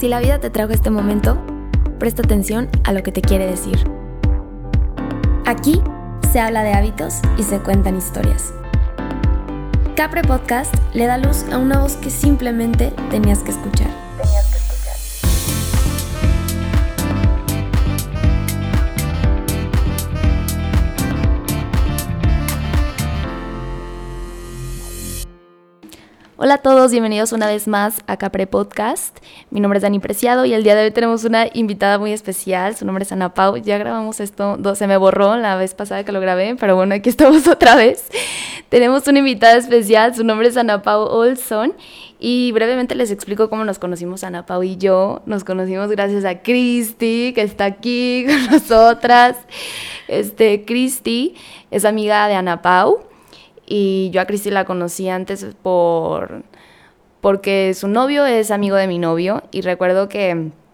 Si la vida te trajo este momento, presta atención a lo que te quiere decir. Aquí se habla de hábitos y se cuentan historias. Capre Podcast le da luz a una voz que simplemente tenías que escuchar. Hola a todos, bienvenidos una vez más a Capre Podcast. Mi nombre es Dani Preciado y el día de hoy tenemos una invitada muy especial. Su nombre es Ana Pau. Ya grabamos esto, se me borró la vez pasada que lo grabé, pero bueno, aquí estamos otra vez. Tenemos una invitada especial, su nombre es Ana Pau Olson. Y brevemente les explico cómo nos conocimos Ana Pau y yo. Nos conocimos gracias a Cristi, que está aquí con nosotras. Cristi es amiga de Ana Pau. Y yo a Cristi la conocí antes porque su novio es amigo de mi novio. Y recuerdo que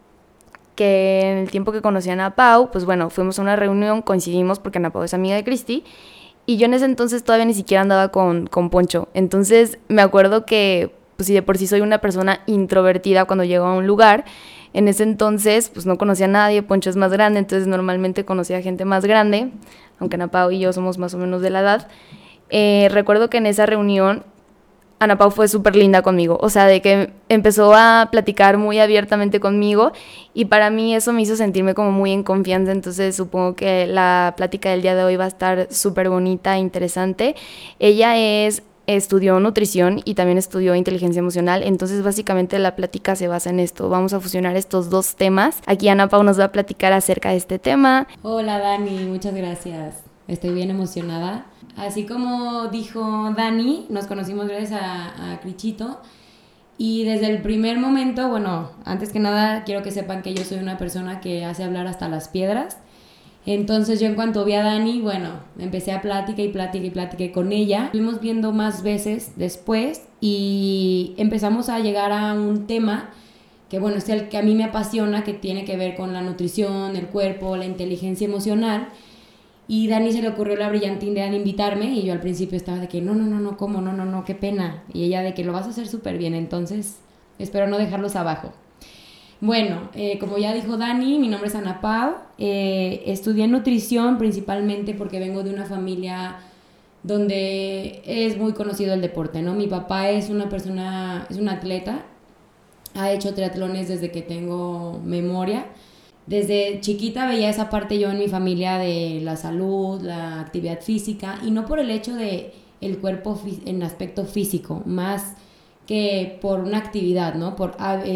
en el tiempo que conocí a Ana Pau, pues bueno, fuimos a una reunión, coincidimos porque Ana Pau es amiga de Cristi. Y yo en ese entonces todavía ni siquiera andaba con Poncho. Entonces me acuerdo que, pues si de por sí soy una persona introvertida cuando llego a un lugar, en ese entonces pues no conocía a nadie, Poncho es más grande, entonces normalmente conocía a gente más grande, aunque Ana Pau y yo somos más o menos de la edad. Recuerdo que en esa reunión Ana Pau fue súper linda conmigo, o sea, de que empezó a platicar muy abiertamente conmigo y para mí eso me hizo sentirme como muy en confianza, entonces supongo que la plática del día de hoy va a estar súper bonita e interesante. Ella estudió nutrición y también estudió inteligencia emocional, entonces básicamente la plática se basa en esto. Vamos a fusionar estos dos temas. Aquí Ana Pau nos va a platicar acerca de este tema. Hola Dani, muchas gracias. Estoy bien emocionada. Así como dijo Dani, nos conocimos gracias a Crichito. Y desde el primer momento, bueno, antes que nada quiero que sepan que yo soy una persona que hace hablar hasta las piedras. Entonces yo en cuanto vi a Dani, bueno, empecé a plática con ella. Estuvimos viendo más veces después y empezamos a llegar a un tema que, bueno, es el que a mí me apasiona, que tiene que ver con la nutrición, el cuerpo, la inteligencia emocional. Y Dani se le ocurrió la brillante idea de invitarme y yo al principio estaba de que no, ¿cómo? No, qué pena. Y ella de que lo vas a hacer súper bien, entonces espero no dejarlos abajo. Bueno, como ya dijo Dani, mi nombre es Ana Pau. Estudié nutrición principalmente porque vengo de una familia donde es muy conocido el deporte, ¿no? Mi papá es un atleta, ha hecho triatlones desde que tengo memoria. Desde chiquita veía esa parte yo en mi familia de la salud, la actividad física, y no por el hecho de el cuerpo en aspecto físico, más que por una actividad, ¿no? Por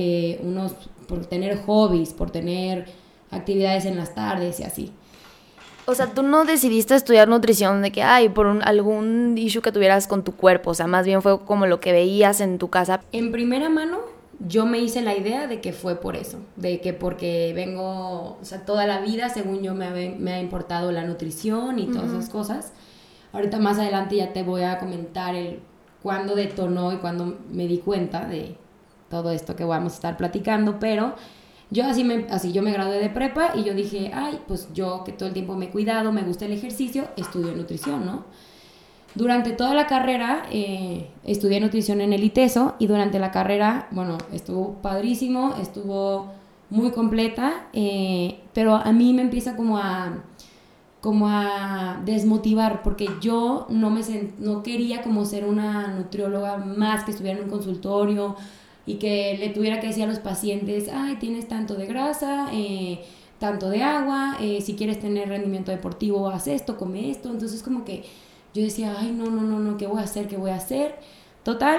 tener hobbies, por tener actividades en las tardes y así. O sea, tú no decidiste estudiar nutrición de que, por algún issue que tuvieras con tu cuerpo, o sea, más bien fue como lo que veías en tu casa. En primera mano, yo me hice la idea de que fue por eso, de que porque vengo, o sea, toda la vida, según yo, me ha importado la nutrición y todas esas cosas. Ahorita más adelante ya te voy a comentar cuándo detonó y cuándo me di cuenta de todo esto que vamos a estar platicando, pero yo yo me gradué de prepa y yo dije, pues yo que todo el tiempo me he cuidado, me gusta el ejercicio, estudio nutrición, ¿no? Durante toda la carrera estudié nutrición en el ITESO y durante la carrera, bueno, estuvo padrísimo, estuvo muy completa, pero a mí me empieza como a desmotivar porque yo no quería como ser una nutrióloga más que estuviera en un consultorio y que le tuviera que decir a los pacientes, tienes tanto de grasa, tanto de agua, si quieres tener rendimiento deportivo, haz esto, come esto. Entonces como que yo decía, no, ¿qué voy a hacer? Total,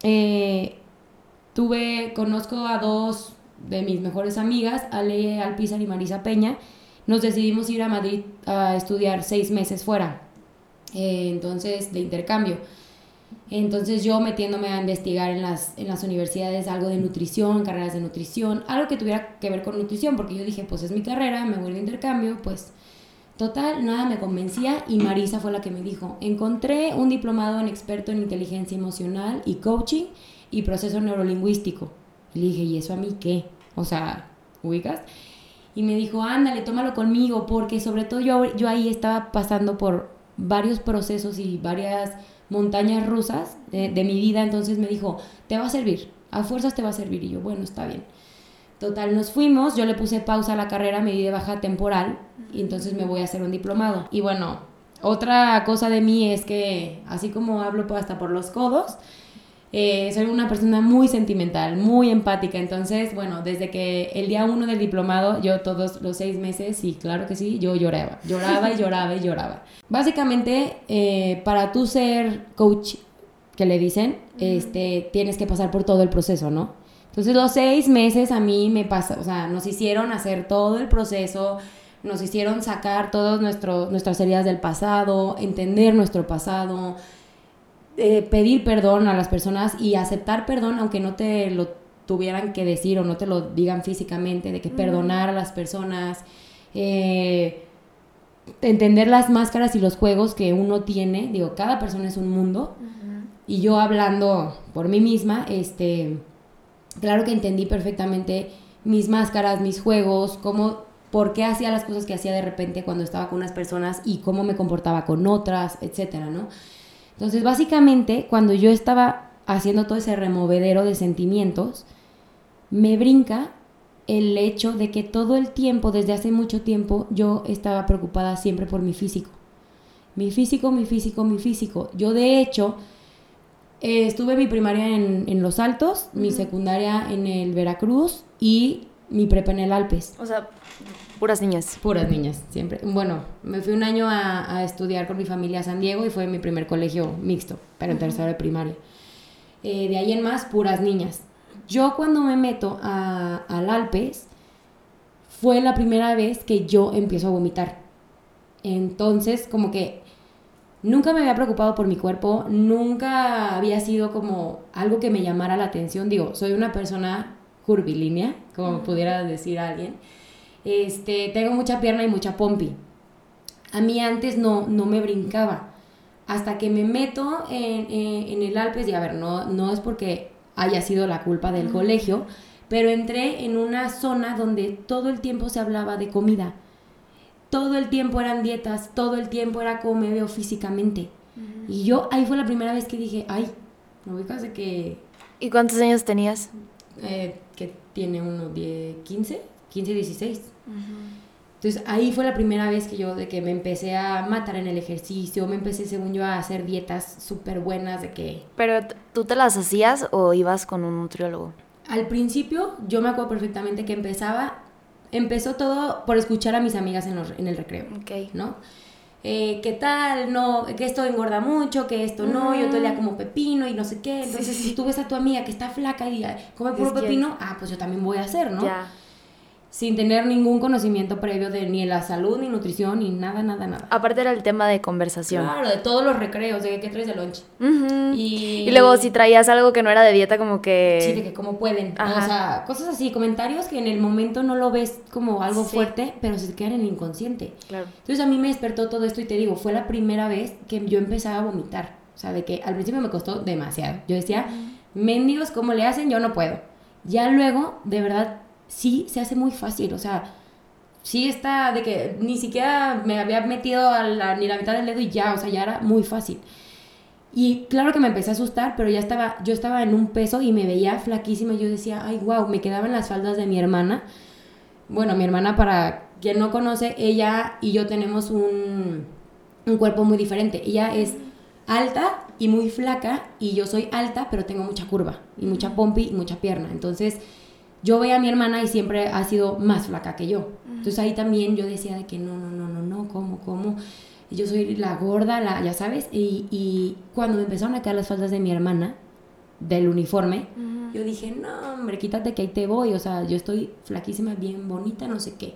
conozco a dos de mis mejores amigas, Ale Alpizar y Marisa Peña. Nos decidimos ir a Madrid a estudiar 6 meses fuera, entonces de intercambio. Entonces yo metiéndome a investigar en las universidades algo de nutrición, carreras de nutrición, algo que tuviera que ver con nutrición, porque yo dije, pues es mi carrera, me voy de intercambio, pues total, nada me convencía y Marisa fue la que me dijo, encontré un diplomado en experto en inteligencia emocional y coaching y proceso neurolingüístico. Y le dije, ¿y eso a mí qué? O sea, ¿ubicas? Y me dijo, ándale, tómalo conmigo, porque sobre todo yo ahí estaba pasando por varios procesos y varias montañas rusas de mi vida, entonces me dijo, te va a servir, a fuerzas te va a servir. Y yo, bueno, está bien. Total, nos fuimos, yo le puse pausa a la carrera, me di de baja temporal y entonces me voy a hacer un diplomado. Y bueno, otra cosa de mí es que, así como hablo hasta por los codos, soy una persona muy sentimental, muy empática. Entonces, bueno, desde que el día 1 del diplomado, yo todos los 6 meses, sí, claro que sí, yo lloraba y lloraba y lloraba. Básicamente, para tú ser coach, que le dicen, tienes que pasar por todo el proceso, ¿no? Entonces los 6 meses a mí me pasa, o sea, nos hicieron hacer todo el proceso, nos hicieron sacar todas nuestras heridas del pasado, entender nuestro pasado, pedir perdón a las personas y aceptar perdón aunque no te lo tuvieran que decir o no te lo digan físicamente, de que perdonar a las personas, entender las máscaras y los juegos que uno tiene. Digo, cada persona es un mundo. Y yo hablando por mí misma, claro que entendí perfectamente mis máscaras, mis juegos, por qué hacía las cosas que hacía de repente cuando estaba con unas personas y cómo me comportaba con otras, etcétera, ¿no? Entonces, básicamente, cuando yo estaba haciendo todo ese removedero de sentimientos, me brinca el hecho de que todo el tiempo, desde hace mucho tiempo, yo estaba preocupada siempre por mi físico. Mi físico, mi físico, mi físico. Yo, de hecho, estuve mi primaria en Los Altos, mi secundaria en el Veracruz y mi prepa en el Alpes. O sea, puras niñas. Puras niñas, siempre. Bueno, me fui un año a estudiar con mi familia a San Diego y fue mi primer colegio mixto, pero en tercero de primaria. De ahí en más, puras niñas. Yo cuando me meto al Alpes, fue la primera vez que yo empiezo a vomitar. Entonces, como que nunca me había preocupado por mi cuerpo, nunca había sido como algo que me llamara la atención. Digo, soy una persona curvilínea, como pudiera decir alguien. Tengo mucha pierna y mucha pompi. A mí antes no me brincaba. Hasta que me meto en el Alpes, y a ver, no es porque haya sido la culpa del colegio, pero entré en una zona donde todo el tiempo se hablaba de comida. Todo el tiempo eran dietas, todo el tiempo era cómo me veo físicamente. Y yo, ahí fue la primera vez que dije, ay, me ubicas de que... ¿Y cuántos años tenías? Que tiene uno, 15, 16. Entonces, ahí fue la primera vez de que me empecé a matar en el ejercicio, me empecé, según yo, a hacer dietas súper buenas, de que... ¿Pero tú te las hacías o ibas con un nutriólogo? Al principio, yo me acuerdo perfectamente que empezó todo por escuchar a mis amigas en el recreo, Okay. ¿no? ¿Qué tal? No, que esto engorda mucho, que esto no, yo todo el día como pepino y no sé qué. Entonces, si tú ves a tu amiga que está flaca y come puro pepino, pues yo también voy a hacer, ¿no? Ya. Sin tener ningún conocimiento previo de ni la salud, ni nutrición, ni nada. Aparte era el tema de conversación. Claro, de todos los recreos, de qué traes de lunch. Y luego si traías algo que no era de dieta, como que... Sí, de que cómo pueden. O sea, cosas así, comentarios que en el momento no lo ves como algo fuerte, pero se quedan en el inconsciente. Claro. Entonces a mí me despertó todo esto y te digo, fue la primera vez que yo empezaba a vomitar. O sea, de que al principio me costó demasiado. Yo decía, mendigos, ¿cómo le hacen? Yo no puedo. Ya luego, de verdad, sí se hace muy fácil. O sea, sí está de que ni siquiera me había metido ni la mitad del dedo y ya, o sea, ya era muy fácil. Y claro que me empecé a asustar, pero yo estaba en un peso y me veía flaquísima y yo decía, ay, wow, me quedaban las faldas de mi hermana. Bueno, mi hermana, para quien no conoce, ella y yo tenemos un cuerpo muy diferente. Ella es alta y muy flaca y yo soy alta, pero tengo mucha curva y mucha pompi y mucha pierna. Entonces, yo veía a mi hermana y siempre ha sido más flaca que yo. Entonces, ahí también yo decía de que no, ¿cómo? Yo soy la gorda, ya sabes. Y cuando me empezaron a caer las faldas de mi hermana, del uniforme, yo dije, no, hombre, quítate que ahí te voy. O sea, yo estoy flaquísima, bien bonita, no sé qué.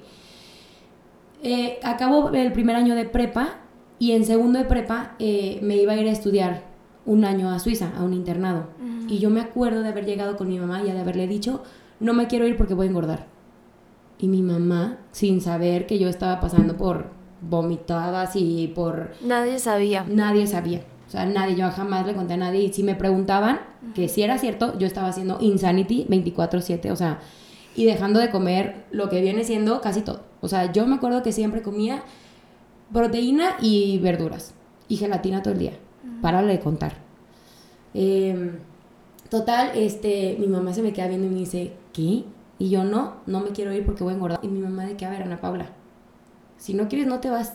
Acabo el primer año de prepa y en segundo de prepa me iba a ir a estudiar un año a Suiza, a un internado. Y yo me acuerdo de haber llegado con mi mamá y de haberle dicho, no me quiero ir porque voy a engordar. Y mi mamá, sin saber que yo estaba pasando por vomitadas y por... Nadie sabía. O sea, nadie, yo jamás le conté a nadie. Y si me preguntaban que si era cierto, yo estaba haciendo Insanity 24/7, o sea, y dejando de comer lo que viene siendo casi todo. O sea, yo me acuerdo que siempre comía proteína y verduras y gelatina todo el día. Párale de contar. Total, mi mamá se me queda viendo y me dice, ¿qué? Y yo, no me quiero ir porque voy a engordar. Y mi mamá de que, a ver, Ana Paula, si no quieres, no te vas.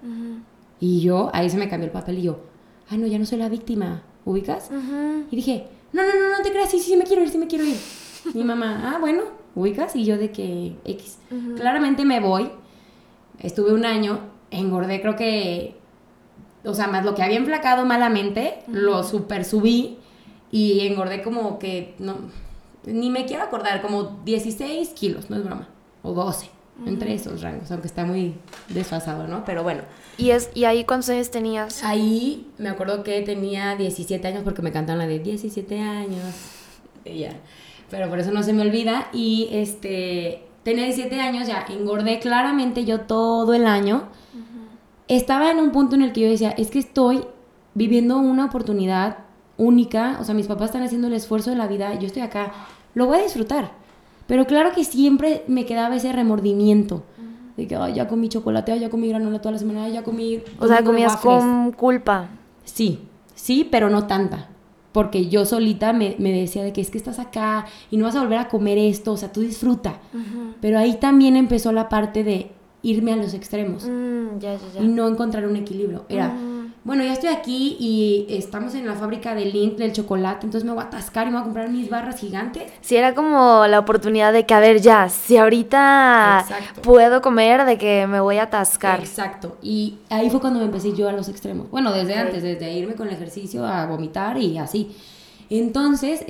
Y yo, ahí se me cambió el papel y yo, ay, no, ya no soy la víctima, ¿ubicas? Y dije, no te creas, sí me quiero ir. Mi mamá, bueno, ¿ubicas? Y yo de que, X. Claramente me voy, estuve un año, engordé, creo que, o sea, más lo que había enflacado malamente, lo super subí y engordé como que, no, ni me quiero acordar, como 16 kilos, no es broma, o 12, entre esos rangos, aunque está muy desfasado, ¿no? Pero bueno. ¿Y ahí cuántos años tenías? Ahí me acuerdo que tenía 17 años porque me cantaron la de 17 años, y ya, pero por eso no se me olvida, y tenía 17 años, ya engordé claramente yo todo el año. Estaba en un punto en el que yo decía, es que estoy viviendo una oportunidad única, o sea, mis papás están haciendo el esfuerzo de la vida, yo estoy acá, lo voy a disfrutar. Pero claro que siempre me quedaba ese remordimiento de que, ay, ya comí chocolate, ay, ya comí granola toda la semana, ay, ya comí... O sea, comías con culpa. Sí, pero no tanta. Porque yo solita me decía de que es que estás acá y no vas a volver a comer esto, o sea, tú disfruta. Pero ahí también empezó la parte de irme a los extremos. Ya. Y no encontrar un equilibrio. Era, bueno, ya estoy aquí y estamos en la fábrica de Lindt, del chocolate, entonces me voy a atascar y me voy a comprar mis barras gigantes. Sí, era como la oportunidad de que, a ver, ya, si ahorita puedo comer, de que me voy a atascar. Exacto. Y ahí fue cuando me empecé yo a los extremos. Bueno, desde antes, desde irme con el ejercicio a vomitar y así. Entonces,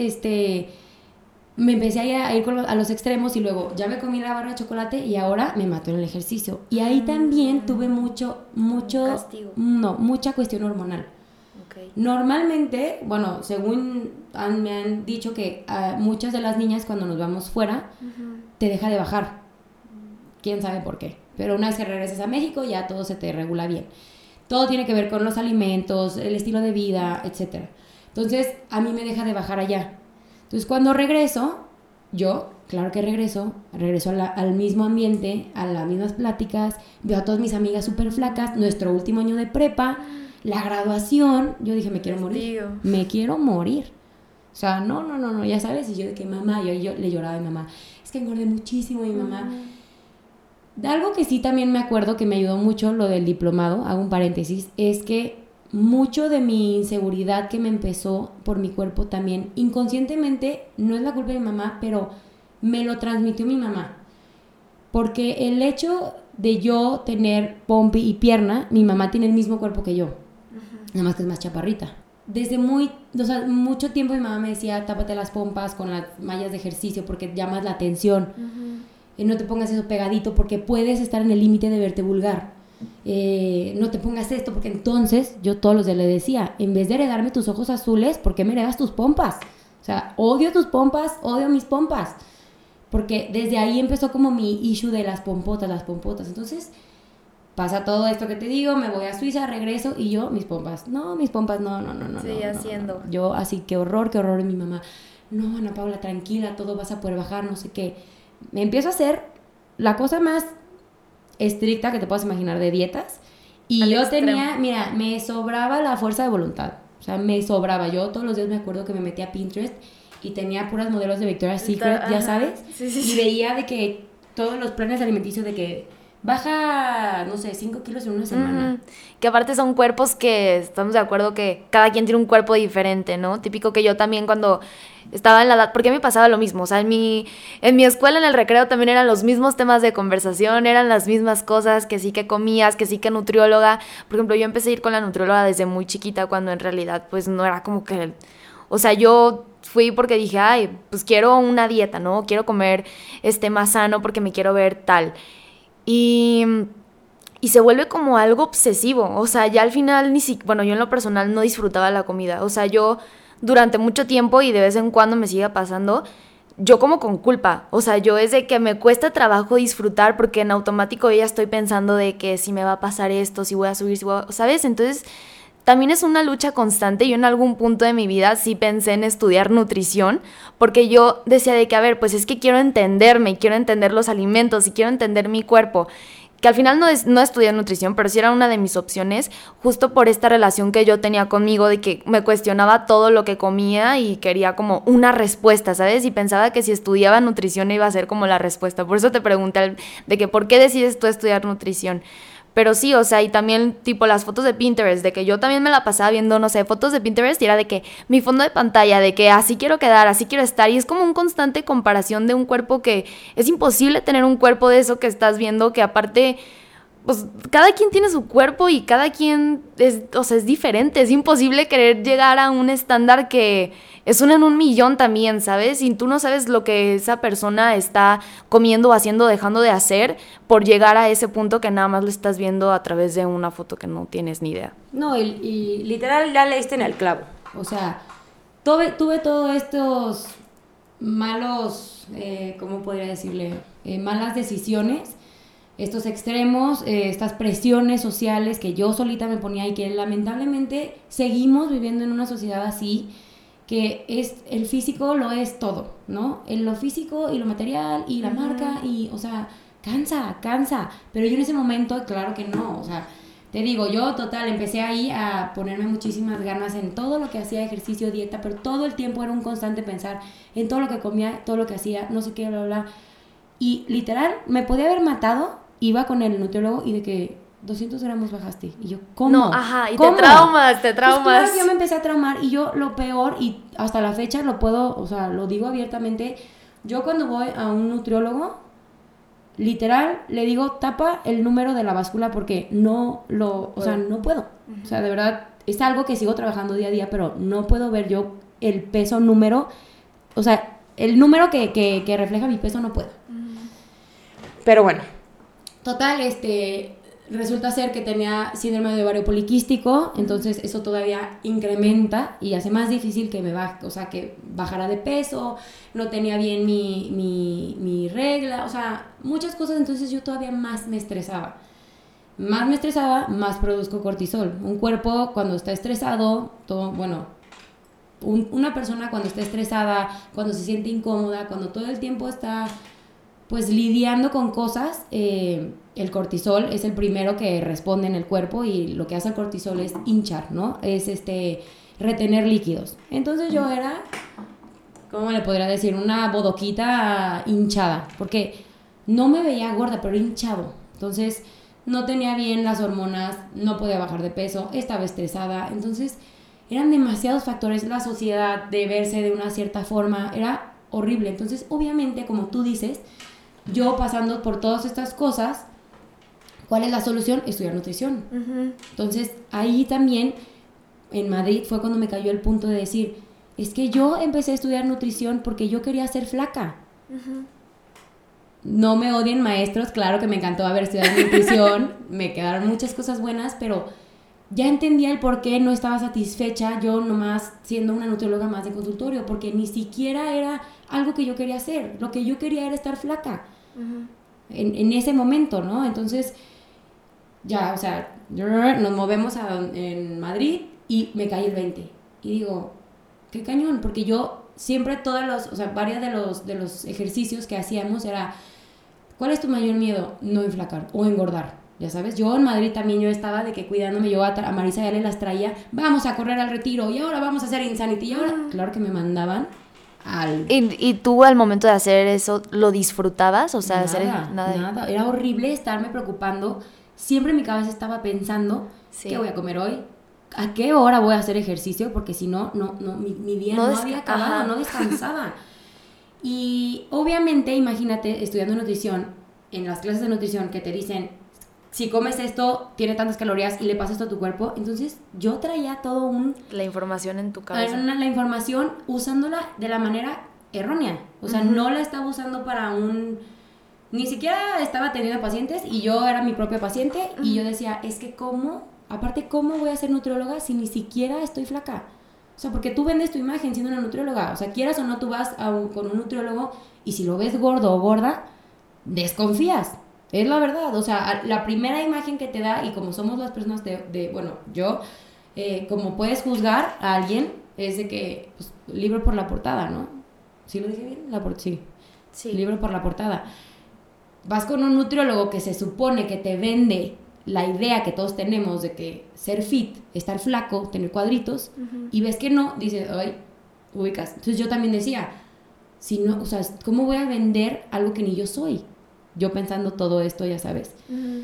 me empecé a ir a los extremos y luego ya me comí la barra de chocolate y ahora me mato en el ejercicio. Y ahí también tuve mucho castigo. No, mucha cuestión hormonal. Normalmente, bueno, según me han dicho que muchas de las niñas cuando nos vamos fuera te deja de bajar. Quién sabe por qué. Pero una vez que regresas a México ya todo se te regula bien. Todo tiene que ver con los alimentos, el estilo de vida, etc. Entonces, a mí me deja de bajar allá. Entonces, cuando regreso, claro que regreso al mismo ambiente, a las mismas pláticas, veo a todas mis amigas súper flacas, nuestro último año de prepa, la graduación, yo dije, me quiero morir. O sea, no, ya sabes, y yo de que mamá, yo le lloraba a mi mamá, es que engordé muchísimo, y mi mamá. De algo que sí también me acuerdo que me ayudó mucho, lo del diplomado, hago un paréntesis, es que mucho de mi inseguridad que me empezó por mi cuerpo también, inconscientemente, no es la culpa de mi mamá, pero me lo transmitió mi mamá. Porque el hecho de yo tener pompi y pierna, mi mamá tiene el mismo cuerpo que yo, nada más que es más chaparrita. Desde mucho tiempo mi mamá me decía, tápate las pompas con las mallas de ejercicio porque llamas la atención. No te pongas eso pegadito porque puedes estar en el límite de verte vulgar. No te pongas esto porque entonces yo todos los días le decía, en vez de heredarme tus ojos azules, ¿por qué me heredas tus pompas? O sea, odio tus pompas, odio mis pompas, porque desde ahí empezó como mi issue de las pompotas. Entonces pasa todo esto que te digo, me voy a Suiza, regreso y yo, mis pompas no. Sí, haciendo. No. Yo así, qué horror, y mi mamá, no, Ana Paula, tranquila, todo vas a poder bajar, no sé qué. Me empiezo a hacer la cosa más estricta que te puedas imaginar de dietas y yo tenía, mira, me sobraba la fuerza de voluntad, o sea, me sobraba. Yo todos los días me acuerdo que me metía a Pinterest y tenía puras modelos de Victoria's Secret, ya sabes, y veía de que todos los planes alimenticios de que baja, no sé, 5 kilos en una semana. Que aparte son cuerpos que estamos de acuerdo que cada quien tiene un cuerpo diferente, ¿no? Típico que yo también cuando estaba en la edad, porque a mí me pasaba lo mismo, o sea, en mi escuela, en el recreo también eran los mismos temas de conversación, eran las mismas cosas, que sí que comías, que sí que nutrióloga. Por ejemplo, yo empecé a ir con la nutrióloga desde muy chiquita, cuando en realidad pues no era como que, o sea, yo fui porque dije, ay, pues quiero una dieta, ¿no? Quiero comer más sano porque me quiero ver tal. Y se vuelve como algo obsesivo, o sea, ya al final bueno, yo en lo personal no disfrutaba la comida, o sea, yo durante mucho tiempo y de vez en cuando me sigue pasando, yo como con culpa, o sea, yo es de que me cuesta trabajo disfrutar porque en automático ya estoy pensando de que si me va a pasar esto, si voy a subir, ¿sabes? Entonces también es una lucha constante. Yo en algún punto de mi vida sí pensé en estudiar nutrición porque yo decía de que, a ver, pues es que quiero entenderme, quiero entender los alimentos y quiero entender mi cuerpo. que al final no estudié nutrición, pero sí era una de mis opciones, justo por esta relación que yo tenía conmigo, de que me cuestionaba todo lo que comía y quería como una respuesta, ¿sabes? Y pensaba que si estudiaba nutrición iba a ser como la respuesta. Por eso te pregunté de que ¿por qué decides tú estudiar nutrición? Pero sí, o sea, y también tipo las fotos de Pinterest, de que yo también me la pasaba viendo, no sé, fotos de Pinterest y era de que mi fondo de pantalla, de que así quiero quedar, así quiero estar, y es como un constante comparación de un cuerpo que es imposible tener un cuerpo de eso que estás viendo, que aparte, pues cada quien tiene su cuerpo y cada quien es, o sea, es diferente, es imposible querer llegar a un estándar que es uno en un millón también, ¿sabes? Y tú no sabes lo que esa persona está comiendo, haciendo, dejando de hacer por llegar a ese punto que nada más lo estás viendo a través de una foto que no tienes ni idea. No, y literal ya leíste en el clavo. O sea, tuve todos estos malos, ¿cómo podría decirle? Malas decisiones, estos extremos, estas presiones sociales que yo solita me ponía y que lamentablemente seguimos viviendo en una sociedad así, que es el físico lo es todo, ¿no? Lo físico y lo material y la marca y, o sea, cansa, pero yo en ese momento, claro que no, o sea, te digo, yo total, empecé ahí a ponerme muchísimas ganas en todo lo que hacía, ejercicio, dieta, pero todo el tiempo era un constante pensar en todo lo que comía, todo lo que hacía, no sé qué, bla, bla, y literal, me podía haber matado, iba con el nutriólogo y de que 200 gramos bajaste. Y yo, ¿cómo? No, ajá, y ¿cómo? te traumas. Pues claro, yo me empecé a traumar y yo lo peor, y hasta la fecha lo puedo, o sea, lo digo abiertamente, yo cuando voy a un nutriólogo, literal, le digo, tapa el número de la báscula porque no lo, o sea, no puedo. O sea, de verdad, es algo que sigo trabajando día a día, pero no puedo ver yo el peso número, o sea, el número que refleja mi peso no puedo. Pero bueno. Total, resulta ser que tenía síndrome de ovario poliquístico, entonces eso todavía incrementa y hace más difícil que que bajara de peso, no tenía bien mi regla, o sea, muchas cosas, entonces yo todavía más me estresaba. Más produzco cortisol. Un cuerpo cuando está estresado, una persona cuando está estresada, cuando se siente incómoda, cuando todo el tiempo está pues lidiando con cosas, el cortisol es el primero que responde en el cuerpo y lo que hace el cortisol es hinchar, ¿no? Es retener líquidos. Entonces yo era, ¿cómo le podría decir? Una bodoquita hinchada, porque no me veía gorda, pero hinchado. Entonces no tenía bien las hormonas, no podía bajar de peso, estaba estresada. Entonces eran demasiados factores, la sociedad de verse de una cierta forma, era horrible. Entonces obviamente, como tú dices, yo pasando por todas estas cosas, ¿cuál es la solución? Estudiar nutrición. Entonces ahí también en Madrid fue cuando me cayó el punto de decir, es que yo empecé a estudiar nutrición porque yo quería ser flaca. No me odien maestros, claro que me encantó haber estudiado nutrición, me quedaron muchas cosas buenas, pero ya entendía el por qué no estaba satisfecha yo nomás siendo una nutrióloga más de consultorio, porque ni siquiera era algo que yo quería hacer, lo que yo quería era estar flaca en ese momento, ¿no? Entonces ya, o sea, nos movemos en Madrid y me cae el 20 y digo, qué cañón, porque yo siempre varios de los ejercicios que hacíamos era, ¿cuál es tu mayor miedo? No enflacar o engordar. Ya sabes, yo en Madrid también yo estaba de que cuidándome, yo a Marisa ya le las traía, vamos a correr al Retiro y ahora vamos a hacer Insanity y ahora, claro que me mandaban al... ¿Y tú al momento de hacer eso lo disfrutabas? O sea, nada, era horrible estarme preocupando, siempre en mi cabeza estaba pensando, ¿qué voy a comer hoy? ¿A qué hora voy a hacer ejercicio? Porque si no, mi día no había acabado, no descansaba. Y obviamente, imagínate, estudiando nutrición, en las clases de nutrición que te dicen, si comes esto, tiene tantas calorías y le pasa esto a tu cuerpo. Entonces, yo traía la información en tu cabeza. La información usándola de la manera errónea. O sea, no la estaba usando para ni siquiera estaba teniendo pacientes y yo era mi propia paciente y yo decía, es que ¿cómo voy a ser nutrióloga si ni siquiera estoy flaca? O sea, porque tú vendes tu imagen siendo una nutrióloga. O sea, quieras o no, tú vas con un nutriólogo y si lo ves gordo o gorda, desconfías. Es la verdad. O sea, la primera imagen que te da, y como somos las personas yo, como puedes juzgar a alguien, es de que, pues, libro por la portada, ¿no? ¿Sí lo dije bien? Sí. Libro por la portada. vas con un nutriólogo que se supone que te vende la idea que todos tenemos de que ser fit, estar flaco, tener cuadritos, y ves que no, dices, ay, ubicas. Entonces yo también decía, si no, o sea, ¿cómo voy a vender algo que ni yo soy? Yo pensando todo esto, ya sabes.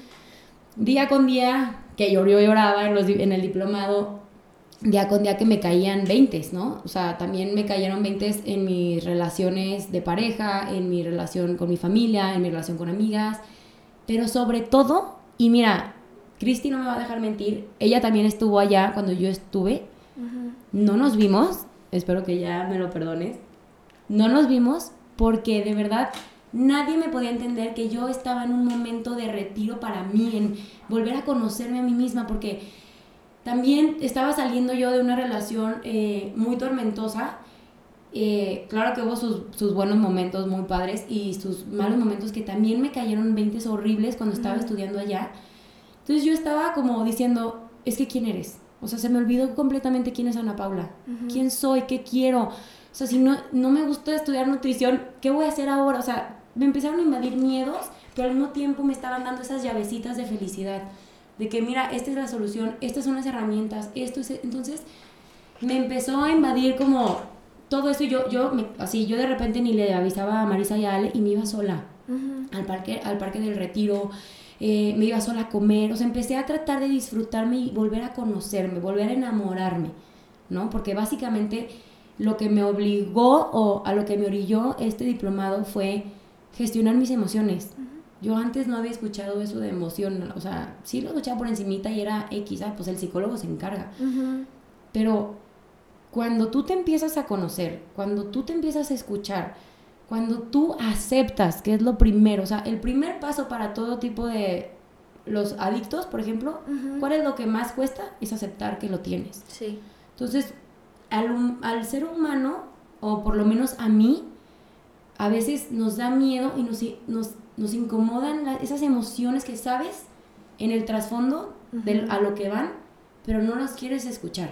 Día con día, que yo lloraba en el diplomado, día con día que me caían 20, ¿no? O sea, también me cayeron 20 en mis relaciones de pareja, en mi relación con mi familia, en mi relación con amigas, pero sobre todo, y mira, Cristi no me va a dejar mentir, ella también estuvo allá cuando yo estuve, no nos vimos, espero que ya me lo perdones, no nos vimos porque de verdad nadie me podía entender que yo estaba en un momento de retiro para mí, en volver a conocerme a mí misma, porque también estaba saliendo yo de una relación muy tormentosa. Claro que hubo sus buenos momentos muy padres y sus malos momentos que también me cayeron 20 horribles cuando estaba estudiando allá. Entonces yo estaba como diciendo, es que ¿quién eres? O sea, se me olvidó completamente quién es Ana Paula. ¿Quién soy? ¿Qué quiero? O sea, si no me gusta estudiar nutrición, ¿qué voy a hacer ahora? O sea, me empezaron a invadir miedos, pero al mismo tiempo me estaban dando esas llavecitas de felicidad. De que mira, esta es la solución, estas son las herramientas, esto es... Entonces me empezó a invadir como todo eso y yo de repente ni le avisaba a Marisa y a Ale y me iba sola al parque del Retiro, me iba sola a comer, o sea, empecé a tratar de disfrutarme y volver a conocerme, volver a enamorarme, ¿no? Porque básicamente lo que me obligó o a lo que me orilló este diplomado fue gestionar mis emociones. Yo antes no había escuchado eso de emoción, o sea, sí lo escuchaba por encimita y era X, pues el psicólogo se encarga. Pero cuando tú te empiezas a conocer, cuando tú te empiezas a escuchar, cuando tú aceptas, que es lo primero, o sea, el primer paso para todo tipo de los adictos, por ejemplo, ¿cuál es lo que más cuesta? Es aceptar que lo tienes. Sí. Entonces, al ser humano, o por lo menos a mí, a veces nos da miedo y nos incomodan esas emociones que sabes en el trasfondo a lo que van, pero no las quieres escuchar.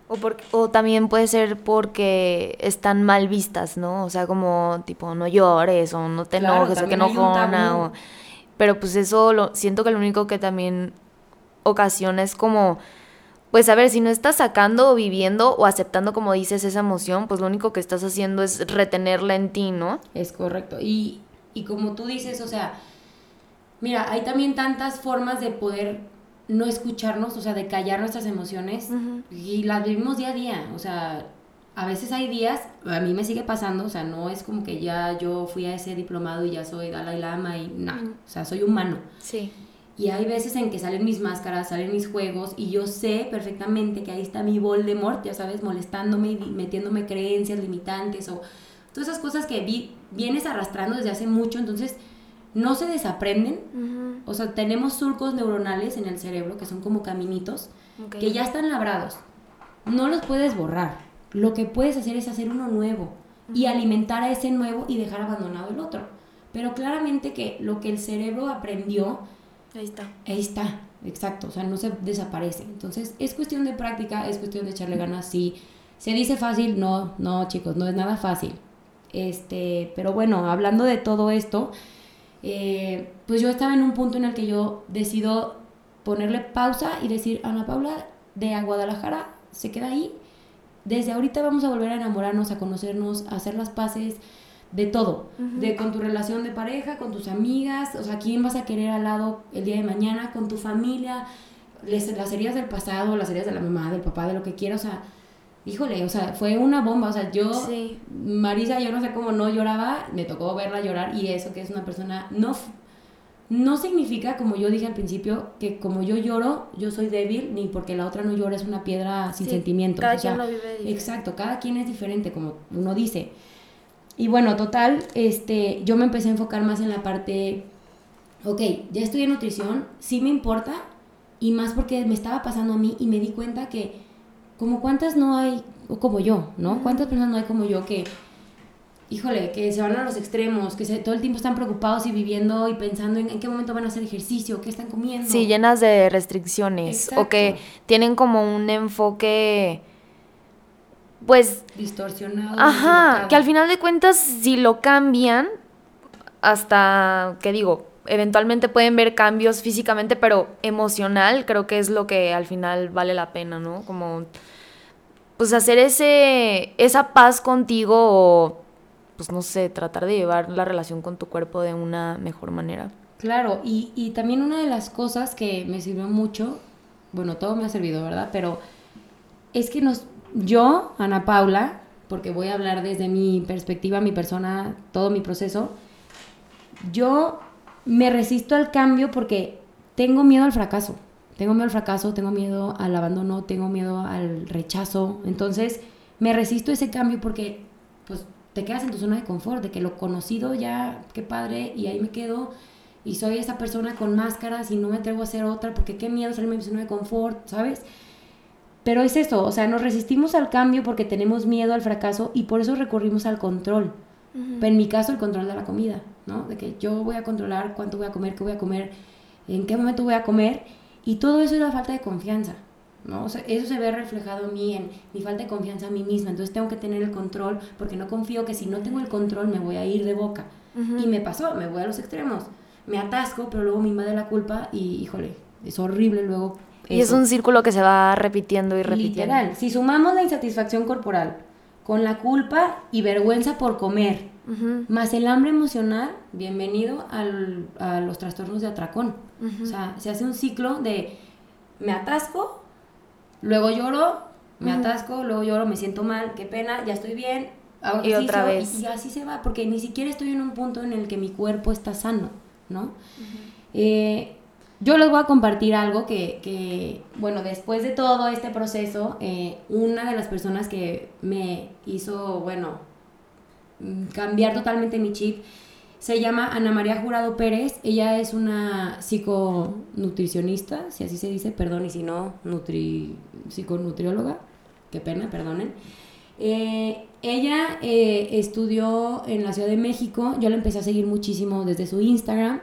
O también puede ser porque están mal vistas, ¿no? O sea, como tipo, no llores, o no te enojes, o que enojona, pero pues eso siento que lo único que también ocasiona es como, pues a ver, si no estás sacando o viviendo o aceptando, como dices, esa emoción, pues lo único que estás haciendo es retenerla en ti, ¿no? Es correcto. Y como tú dices, o sea, mira, hay también tantas formas de poder no escucharnos, o sea, de callar nuestras emociones, y las vivimos día a día, o sea, a veces hay días, a mí me sigue pasando, o sea, no es como que ya yo fui a ese diplomado y ya soy Dalai Lama y nada, o sea, soy humano. Sí. Y hay veces en que salen mis máscaras, salen mis juegos, y yo sé perfectamente que ahí está mi Voldemort, ya sabes, molestándome y metiéndome creencias limitantes o todas esas cosas que vienes arrastrando desde hace mucho, entonces no se desaprenden. O sea, tenemos surcos neuronales en el cerebro que son como caminitos que ya están labrados. No los puedes borrar. Lo que puedes hacer es hacer uno nuevo y alimentar a ese nuevo y dejar abandonado el otro. Pero claramente que lo que el cerebro aprendió, ahí está, exacto, o sea, no se desaparece. Entonces, es cuestión de práctica, es cuestión de echarle ganas. Sí, se dice fácil, no, chicos, no es nada fácil. Pero bueno, hablando de todo esto, pues yo estaba en un punto en el que yo decido ponerle pausa y decir, Ana Paula de Guadalajara se queda ahí. Desde ahorita vamos a volver a enamorarnos, a conocernos, a hacer las paces de todo, con tu relación de pareja, con tus amigas, o sea, quién vas a querer al lado el día de mañana, con tu familia, las heridas del pasado, las heridas de la mamá, del papá, de lo que quieras, o sea, híjole, o sea, fue una bomba, o sea, Marisa, yo no sé cómo no lloraba, me tocó verla llorar, y eso que es una persona, no significa, como yo dije al principio, que como yo lloro, yo soy débil, ni porque la otra no llora es una piedra sin sentimientos. Cada quien lo vive diferente. Exacto, cada quien es diferente, como uno dice. Y bueno, total, yo me empecé a enfocar más en la parte, ok, ya estudié nutrición, sí me importa, y más porque me estaba pasando a mí, y me di cuenta que como cuántas no hay, o como yo, ¿no? ¿Cuántas personas no hay como yo que, híjole, que se van a los extremos, que todo el tiempo están preocupados y viviendo y pensando en qué momento van a hacer ejercicio, qué están comiendo? Sí, llenas de restricciones. Exacto. O que tienen como un enfoque, pues, distorsionado. Ajá, que al final de cuentas, si lo cambian, hasta, ¿qué digo? Eventualmente pueden ver cambios físicamente, pero emocional creo que es lo que al final vale la pena, ¿no? Como, pues hacer esa paz contigo o, pues no sé, tratar de llevar la relación con tu cuerpo de una mejor manera. Claro, y también una de las cosas que me sirvió mucho, bueno, todo me ha servido, ¿verdad? Pero es que yo, Ana Paula, porque voy a hablar desde mi perspectiva, mi persona, todo mi proceso, yo me resisto al cambio porque tengo miedo al fracaso. Tengo miedo al fracaso, tengo miedo al abandono, tengo miedo al rechazo. Entonces, me resisto a ese cambio porque, pues, te quedas en tu zona de confort, de que lo conocido ya, qué padre, y ahí me quedo. Y soy esa persona con máscaras y no me atrevo a hacer otra porque qué miedo salirme de mi zona de confort, ¿sabes? Pero es eso, o sea, nos resistimos al cambio porque tenemos miedo al fracaso y por eso recurrimos al control. Pero en mi caso, el control de la comida, ¿no? De que yo voy a controlar cuánto voy a comer, qué voy a comer, en qué momento voy a comer. Y todo eso es la falta de confianza, ¿no? O sea, eso se ve reflejado en mí, en mi falta de confianza en mí misma. Entonces tengo que tener el control porque no confío que si no tengo el control me voy a ir de boca. Y me pasó, me voy a los extremos. Me atasco, pero luego me invade la culpa y, híjole, es horrible luego eso. Y es un círculo que se va repitiendo y repitiendo. Literal, si sumamos la insatisfacción corporal con la culpa y vergüenza por comer, más el hambre emocional, bienvenido a los trastornos de atracón. O sea, se hace un ciclo de me atasco, luego lloro, me atasco, luego lloro, me siento mal, qué pena, ya estoy bien, hago ejercicio, y otra vez. Y así se va, porque ni siquiera estoy en un punto en el que mi cuerpo está sano, ¿no? Yo les voy a compartir algo que, bueno, después de todo este proceso, una de las personas que me hizo, bueno, cambiar totalmente mi chip, se llama Ana María Jurado Pérez. Ella es una psiconutricionista, si así se dice, perdón, y si no, psiconutrióloga, qué pena, perdonen. Ella estudió en la Ciudad de México, yo la empecé a seguir muchísimo desde su Instagram,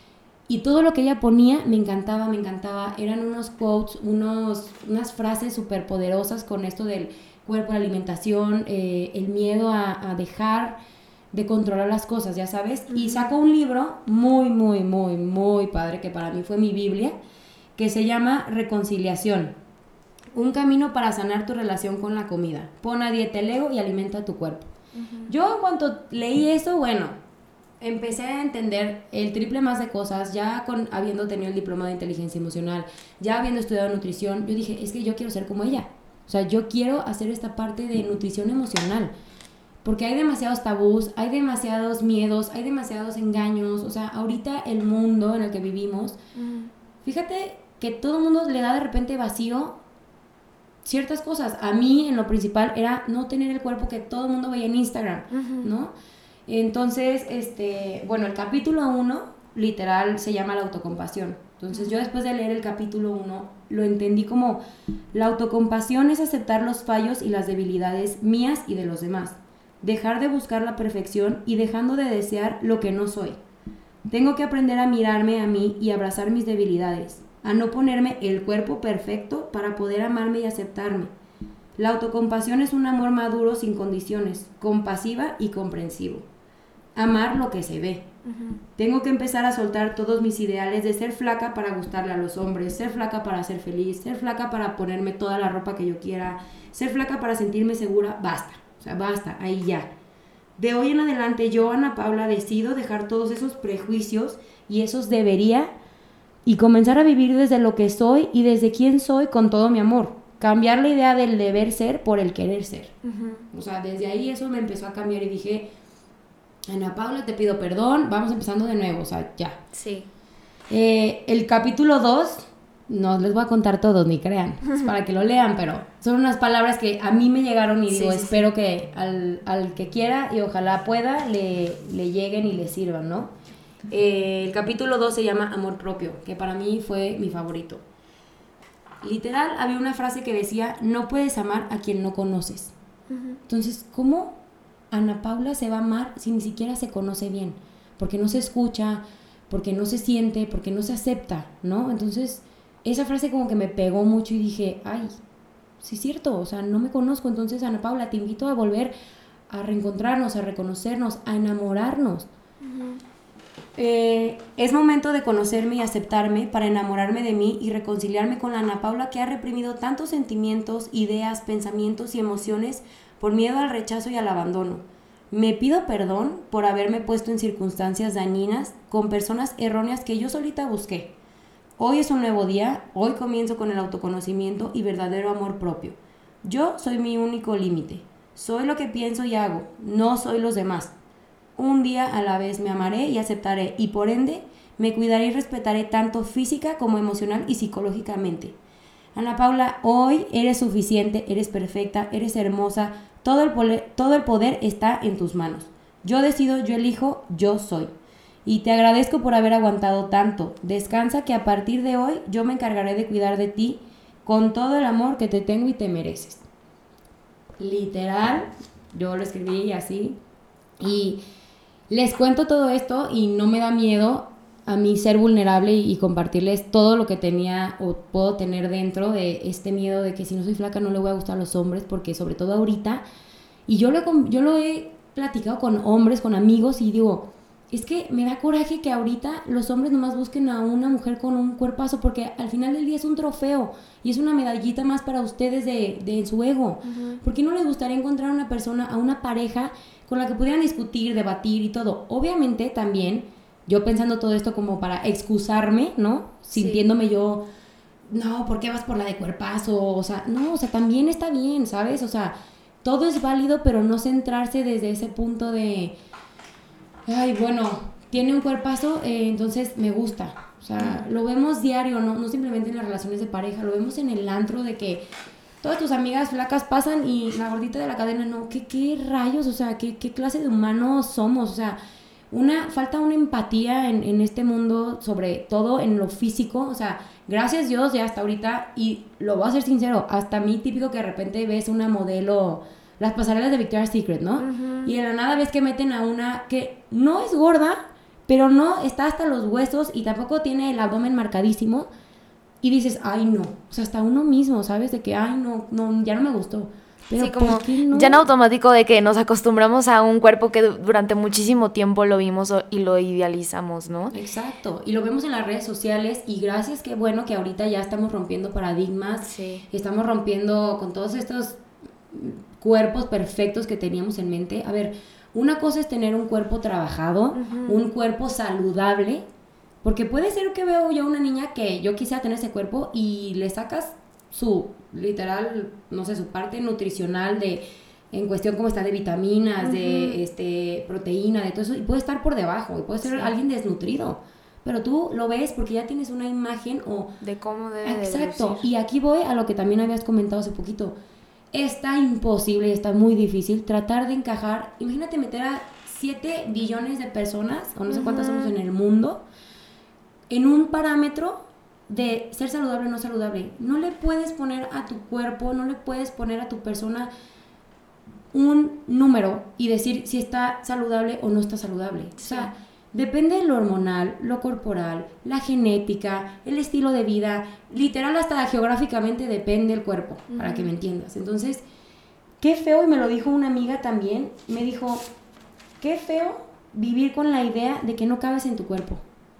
y todo lo que ella ponía me encantaba, eran unos quotes, unas frases súper poderosas con esto del cuerpo, la alimentación, el miedo a dejar de controlar las cosas, ya sabes, y sacó un libro muy, muy, muy, muy padre, que para mí fue mi Biblia, que se llama Reconciliación, un camino para sanar tu relación con la comida, pon a dieta el ego y alimenta tu cuerpo. Yo en cuanto leí eso, bueno, empecé a entender el triple más de cosas, ya habiendo tenido el diploma de inteligencia emocional, ya habiendo estudiado nutrición, yo dije, es que yo quiero ser como ella, o sea, yo quiero hacer esta parte de nutrición emocional, porque hay demasiados tabús, hay demasiados miedos, hay demasiados engaños, o sea, ahorita el mundo en el que vivimos, fíjate que todo el mundo le da de repente vacío ciertas cosas. A mí, en lo principal, era no tener el cuerpo que todo el mundo veía en Instagram, ¿no? Entonces, bueno, el capítulo 1, literal, se llama la autocompasión. Entonces, yo después de leer el capítulo 1, lo entendí como la autocompasión es aceptar los fallos y las debilidades mías y de los demás. Dejar de buscar la perfección y dejando de desear lo que no soy. Tengo que aprender a mirarme a mí y abrazar mis debilidades, a no ponerme el cuerpo perfecto para poder amarme y aceptarme. La autocompasión es un amor maduro sin condiciones, compasiva y comprensivo. Amar lo que se ve. Tengo que empezar a soltar todos mis ideales de ser flaca para gustarle a los hombres, ser flaca para ser feliz, ser flaca para ponerme toda la ropa que yo quiera, ser flaca para sentirme segura. Basta, o sea, basta, ahí ya. De hoy en adelante yo, Ana Paula, decido dejar todos esos prejuicios y esos debería y comenzar a vivir desde lo que soy y desde quién soy con todo mi amor. Cambiar la idea del deber ser por el querer ser. O sea, desde ahí eso me empezó a cambiar y dije, Ana Paula, te pido perdón, vamos empezando de nuevo, o sea, ya. Sí. El capítulo 2, no les voy a contar todos, ni crean, es para que lo lean, pero son unas palabras que a mí me llegaron y digo, espero que al que quiera y ojalá pueda, le lleguen y le sirvan, ¿no? El capítulo 2 se llama Amor Propio, que para mí fue mi favorito. Literal, había una frase que decía, no puedes amar a quien no conoces. Entonces, ¿cómo Ana Paula se va a amar si ni siquiera se conoce bien? Porque no se escucha, porque no se siente, porque no se acepta, ¿no? Entonces, esa frase como que me pegó mucho y dije, ay, sí es cierto, o sea, no me conozco. Entonces, Ana Paula, te invito a volver a reencontrarnos, a reconocernos, a enamorarnos. Es momento de conocerme y aceptarme para enamorarme de mí y reconciliarme con la Ana Paula que ha reprimido tantos sentimientos, ideas, pensamientos y emociones por miedo al rechazo y al abandono. Me pido perdón por haberme puesto en circunstancias dañinas con personas erróneas que yo solita busqué. Hoy es un nuevo día, hoy comienzo con el autoconocimiento y verdadero amor propio. Yo soy mi único límite. Soy lo que pienso y hago, no soy los demás. Un día a la vez me amaré y aceptaré y por ende me cuidaré y respetaré tanto física como emocional y psicológicamente. Ana Paula, hoy eres suficiente, eres perfecta, eres hermosa, todo el poder está en tus manos. Yo decido, yo elijo, yo soy. Y te agradezco por haber aguantado tanto. Descansa que a partir de hoy yo me encargaré de cuidar de ti con todo el amor que te tengo y te mereces. Literal, yo lo escribí así y les cuento todo esto y no me da miedo a mí ser vulnerable y compartirles todo lo que tenía o puedo tener dentro de este miedo de que si no soy flaca no le voy a gustar a los hombres, porque sobre todo ahorita, y yo lo he platicado con hombres, con amigos y digo, es que me da coraje que ahorita los hombres nomás busquen a una mujer con un cuerpazo, porque al final del día es un trofeo y es una medallita más para ustedes de su ego. Uh-huh. ¿Por qué no les gustaría encontrar a una persona, a una pareja con la que pudieran discutir, debatir y todo? Obviamente también, yo pensando todo esto como para excusarme, ¿no? Sintiéndome yo, no, ¿por qué vas por la de cuerpazo? O sea, no, o sea, también está bien, ¿sabes? O sea, todo es válido, pero no centrarse desde ese punto de, ay, bueno, tiene un cuerpazo, entonces me gusta. O sea, lo vemos diario, no simplemente en las relaciones de pareja, lo vemos en el antro de que todas tus amigas flacas pasan y la gordita de la cadena, no, ¿qué rayos? O sea, ¿qué clase de humanos somos? O sea, falta una empatía en este mundo, sobre todo en lo físico. O sea, gracias Dios ya hasta ahorita, y lo voy a ser sincero, hasta a mí típico que de repente ves una modelo, las pasarelas de Victoria's Secret, ¿no? Uh-huh. Y de la nada ves que meten a una que no es gorda, pero no está hasta los huesos y tampoco tiene el abdomen marcadísimo, y dices, ay no, o sea, hasta uno mismo, ¿sabes? De que, ay no, ya no me gustó. Pero sí, como ya en automático de que nos acostumbramos a un cuerpo que durante muchísimo tiempo lo vimos y lo idealizamos, ¿no? Exacto, y lo vemos en las redes sociales, y gracias, qué bueno que ahorita ya estamos rompiendo paradigmas, sí. Estamos rompiendo con todos estos cuerpos perfectos que teníamos en mente. A ver, una cosa es tener un cuerpo trabajado, uh-huh, un cuerpo saludable, porque puede ser que veo yo una niña que yo quisiera tener ese cuerpo y le sacas su, literal, no sé, su parte nutricional en cuestión como está de vitaminas, uh-huh, de proteína, de todo eso, y puede estar por debajo, y puede ser alguien desnutrido, pero tú lo ves porque ya tienes una imagen o de cómo debe. Exacto, de lucir. Y aquí voy a lo que también habías comentado hace poquito. Está imposible y está muy difícil tratar de encajar. Imagínate meter a 7 billones de personas, o no sé cuántas somos en el mundo, en un parámetro de ser saludable o no saludable. No le puedes poner a tu cuerpo, no le puedes poner a tu persona un número y decir si está saludable o no está saludable. O sea, depende de lo hormonal, lo corporal, la genética, el estilo de vida, literal hasta geográficamente depende el cuerpo, uh-huh, para que me entiendas. Entonces, qué feo, y me lo dijo una amiga también, me dijo, qué feo vivir con la idea de que no cabes en tu cuerpo.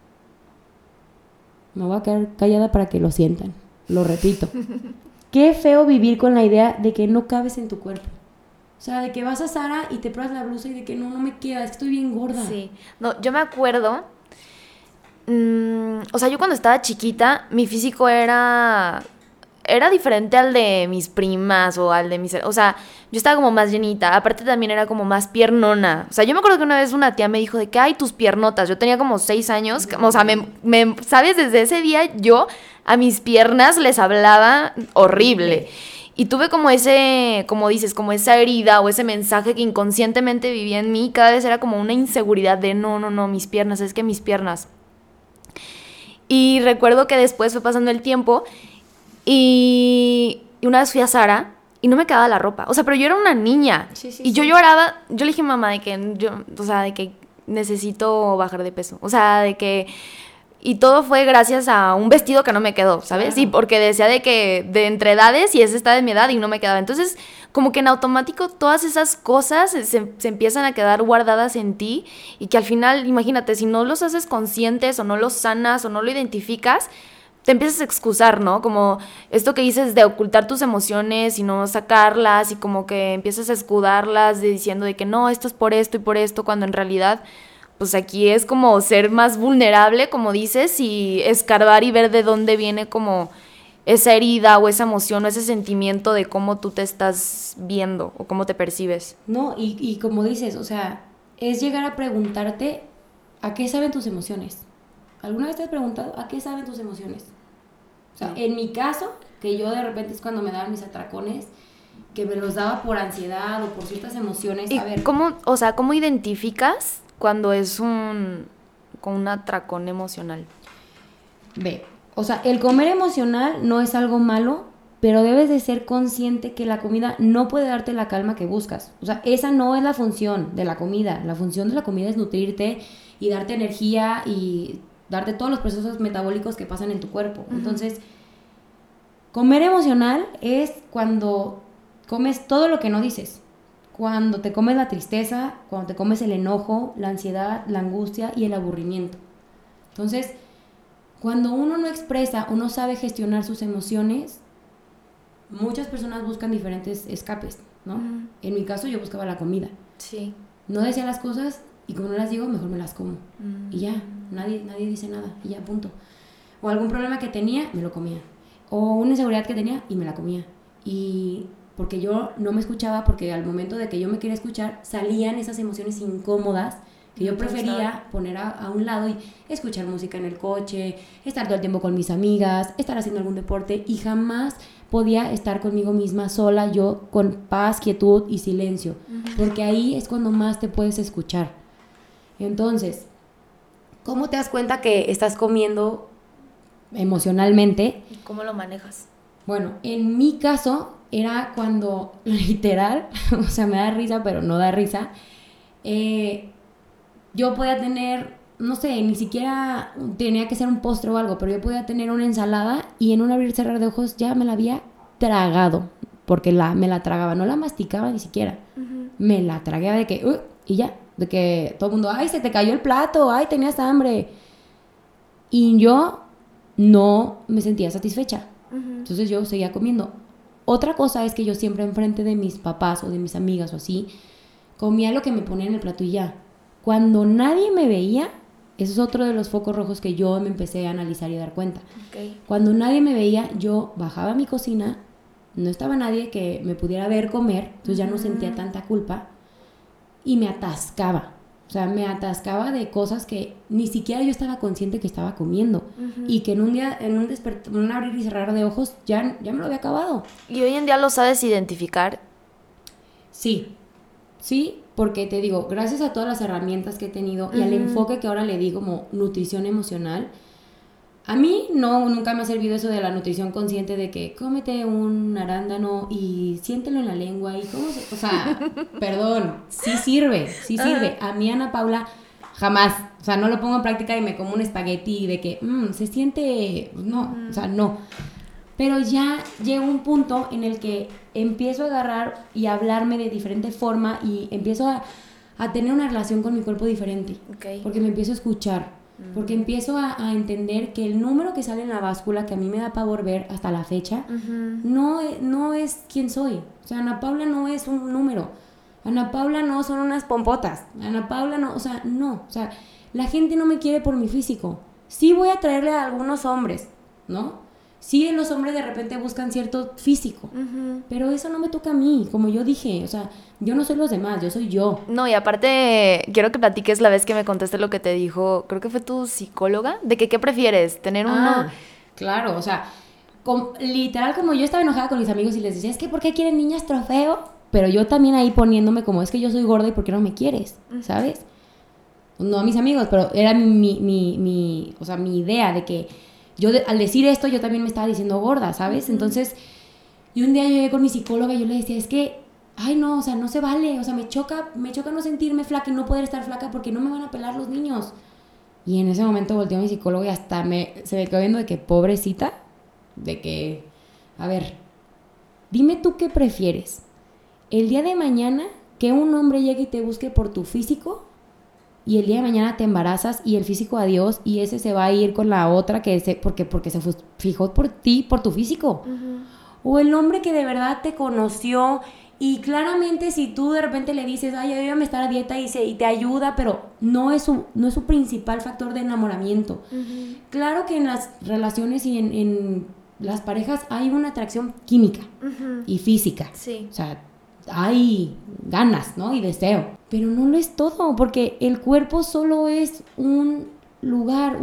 Me voy a quedar callada para que lo sientan, lo repito. Qué feo vivir con la idea de que no cabes en tu cuerpo. O sea, de que vas a Zara y te pruebas la blusa y de que no me queda, es que estoy bien gorda. Sí, no, yo me acuerdo, o sea, yo cuando estaba chiquita, mi físico era diferente al de mis primas o al de mis... O sea, yo estaba como más llenita, aparte también era como más piernona. O sea, yo me acuerdo que una vez una tía me dijo de que, ay, tus piernotas. Yo tenía como 6 años, o sea, ¿sabes? Desde ese día yo a mis piernas les hablaba horrible. Y tuve como ese, como dices, como esa herida o ese mensaje que inconscientemente vivía en mí. Cada vez era como una inseguridad de no, mis piernas, es que mis piernas. Y recuerdo que después fue pasando el tiempo y una vez fui a Zara y no me quedaba la ropa. O sea, pero yo era una niña. Sí. Yo lloraba. Yo le dije a mamá de que necesito bajar de peso. O sea, de que... Y todo fue gracias a un vestido que no me quedó, ¿sabes? Claro. Y porque decía de entre edades y ese está de mi edad y no me quedaba. Entonces, como que en automático todas esas cosas se empiezan a quedar guardadas en ti y que al final, imagínate, si no los haces conscientes o no los sanas o no lo identificas, te empiezas a excusar, ¿no? Como esto que dices de ocultar tus emociones y no sacarlas y como que empiezas a escudarlas diciendo de que no, esto es por esto y por esto, cuando en realidad, pues aquí es como ser más vulnerable, como dices, y escarbar y ver de dónde viene como esa herida o esa emoción o ese sentimiento de cómo tú te estás viendo o cómo te percibes. No, y como dices, o sea, es llegar a preguntarte ¿a qué saben tus emociones? ¿Alguna vez te has preguntado a qué saben tus emociones? O sea, en mi caso, que yo de repente es cuando me daban mis atracones, que me los daba por ansiedad o por ciertas emociones. ¿Y A ver, cómo identificas cuando es con un atracón emocional? ve, o sea, el comer emocional no es algo malo, pero debes de ser consciente que la comida no puede darte la calma que buscas. O sea, esa no es la función de la comida. La función de la comida es nutrirte y darte energía y darte todos los procesos metabólicos que pasan en tu cuerpo. Uh-huh. Entonces, comer emocional es cuando comes todo lo que no dices. Cuando te comes la tristeza, cuando te comes el enojo, la ansiedad, la angustia y el aburrimiento. Entonces, cuando uno no expresa o no sabe gestionar sus emociones, muchas personas buscan diferentes escapes, ¿no? Uh-huh. En mi caso, yo buscaba la comida. Sí. No decía las cosas y como no las digo, mejor me las como. Y ya, nadie dice nada y ya, punto. O algún problema que tenía, me lo comía. O una inseguridad que tenía y me la comía. Y porque yo no me escuchaba, porque al momento de que yo me quería escuchar, salían esas emociones incómodas que yo prefería poner a un lado y escuchar música en el coche, estar todo el tiempo con mis amigas, estar haciendo algún deporte y jamás podía estar conmigo misma sola, yo con paz, quietud y silencio, porque ahí es cuando más te puedes escuchar. Entonces, ¿cómo te das cuenta que estás comiendo emocionalmente? ¿Y cómo lo manejas? Bueno, en mi caso era cuando literal, o sea, me da risa, pero no da risa, yo podía tener, no sé, ni siquiera tenía que ser un postre o algo, pero yo podía tener una ensalada y en un abrir y cerrar de ojos ya me la había tragado, porque me la tragaba, no la masticaba ni siquiera, me la tragué de que, y ya, de que todo el mundo, ay, se te cayó el plato, ay, tenías hambre, y yo no me sentía satisfecha, entonces yo seguía comiendo. Otra cosa es que yo siempre enfrente de mis papás o de mis amigas o así, comía lo que me ponían en el plato y ya. Cuando nadie me veía, eso es otro de los focos rojos que yo me empecé a analizar y a dar cuenta. Okay. Cuando nadie me veía, yo bajaba a mi cocina, no estaba nadie que me pudiera ver comer, entonces ya no sentía tanta culpa y me atascaba. O sea, me atascaba de cosas que ni siquiera yo estaba consciente que estaba comiendo y que en un día, en un abrir y cerrar de ojos, ya me lo había acabado. ¿Y hoy en día lo sabes identificar? Sí, porque te digo, gracias a todas las herramientas que he tenido y al enfoque que ahora le di como nutrición emocional, a mí nunca me ha servido eso de la nutrición consciente de que cómete un arándano y siéntelo en la lengua y cómo o sea, perdón, sí sirve. A mí, Ana Paula, jamás, o sea, no lo pongo en práctica y me como un espagueti de que se siente, no, o sea, no. Pero ya llega un punto en el que empiezo a agarrar y a hablarme de diferente forma y empiezo a tener una relación con mi cuerpo diferente. Okay. Porque me empiezo a escuchar. Porque empiezo a entender que el número que sale en la báscula, que a mí me da pavor ver hasta la fecha, no es quién soy. O sea, Ana Paula no es un número. Ana Paula no son unas pompotas. Ana Paula no, o sea, no. O sea, la gente no me quiere por mi físico. Sí voy a traerle a algunos hombres, ¿no? Sí, los hombres de repente buscan cierto físico, pero eso no me toca a mí, como yo dije, o sea, yo no soy los demás, yo soy yo. No, y aparte, quiero que platiques la vez que me contaste lo que te dijo, creo que fue tu psicóloga, de que qué prefieres, tener uno... Claro, o sea, literal como yo estaba enojada con mis amigos y les decía, es que ¿por qué quieren niñas trofeo? Pero yo también ahí poniéndome como, es que yo soy gorda y ¿por qué no me quieres? ¿Sabes? No a mis amigos, pero era mi idea de que yo al decir esto yo también me estaba diciendo gorda, ¿sabes? Entonces, y un día yo llegué con mi psicóloga y yo le decía, es que, ay no, o sea, no se vale, o sea, me choca no sentirme flaca y no poder estar flaca porque no me van a pelar los niños. Y en ese momento volteó a mi psicólogo y hasta se me quedó viendo de que pobrecita, de que, a ver, dime tú qué prefieres. El día de mañana que un hombre llegue y te busque por tu físico y el día de mañana te embarazas y el físico adiós y ese se va a ir con la otra porque se fijó por ti, por tu físico. O el hombre que de verdad te conoció y claramente si tú de repente le dices, ay, ayúdame a estar a dieta y te ayuda, pero no es su principal factor de enamoramiento. Claro que en las relaciones y en las parejas hay una atracción química y física. Sí. O sea, hay ganas, ¿no? Y deseo. Pero no lo es todo, porque el cuerpo solo es un lugar,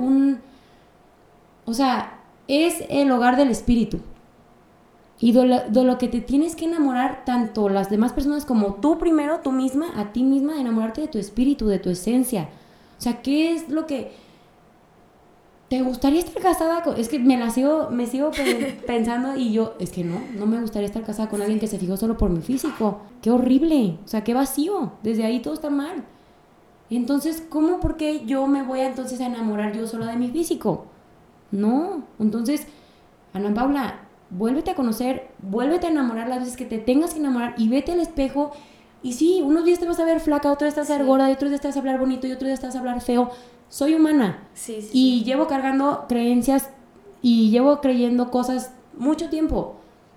o sea, es el hogar del espíritu. Y de lo que te tienes que enamorar, tanto las demás personas como tú primero, tú misma, a ti misma, enamorarte de tu espíritu, de tu esencia. O sea, ¿qué es lo que te gustaría estar casada con? Es que me sigo pensando y yo, es que no me gustaría estar casada con alguien que se fijó solo por mi físico. ¡Qué horrible! O sea, qué vacío. Desde ahí todo está mal. Entonces, ¿cómo? ¿Por qué yo me voy entonces a enamorar yo sola de mi físico? No. Entonces, Ana Paula, vuélvete a conocer, vuélvete a enamorar las veces que te tengas que enamorar y vete al espejo. Y sí, unos días te vas a ver flaca, otros días te vas a ver gorda, y otros días te vas a hablar bonito, y otros días te vas a hablar feo. Soy humana. Y llevo cargando creencias y llevo creyendo cosas mucho tiempo.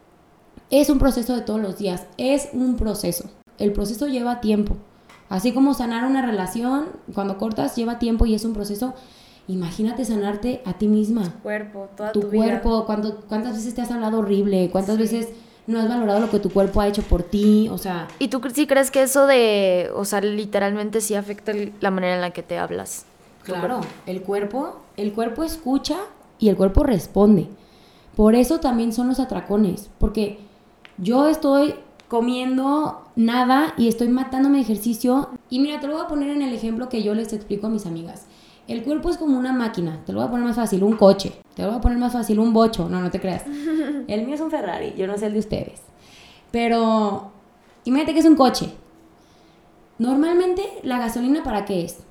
Es un proceso de todos los días, es un proceso. El proceso lleva tiempo. Así como sanar una relación, cuando cortas, lleva tiempo y es un proceso. Imagínate sanarte a ti misma. Tu cuerpo, toda tu tu cuerpo, vida. ¿Cuántas veces te has hablado horrible? ¿Cuántas veces no has valorado lo que tu cuerpo ha hecho por ti? O sea... ¿Y tú sí crees que eso o sea, literalmente sí afecta la manera en la que te hablas? Claro, el cuerpo escucha y el cuerpo responde. Por eso también son los atracones, porque yo estoy comiendo nada y estoy matándome de ejercicio. Y mira, te lo voy a poner en el ejemplo que yo les explico a mis amigas. El cuerpo es como una máquina, te lo voy a poner más fácil, un coche, te lo voy a poner más fácil, un bocho, no te creas. El mío es un Ferrari, yo no sé el de ustedes. Pero imagínate que es un coche. Normalmente, ¿la gasolina para qué es?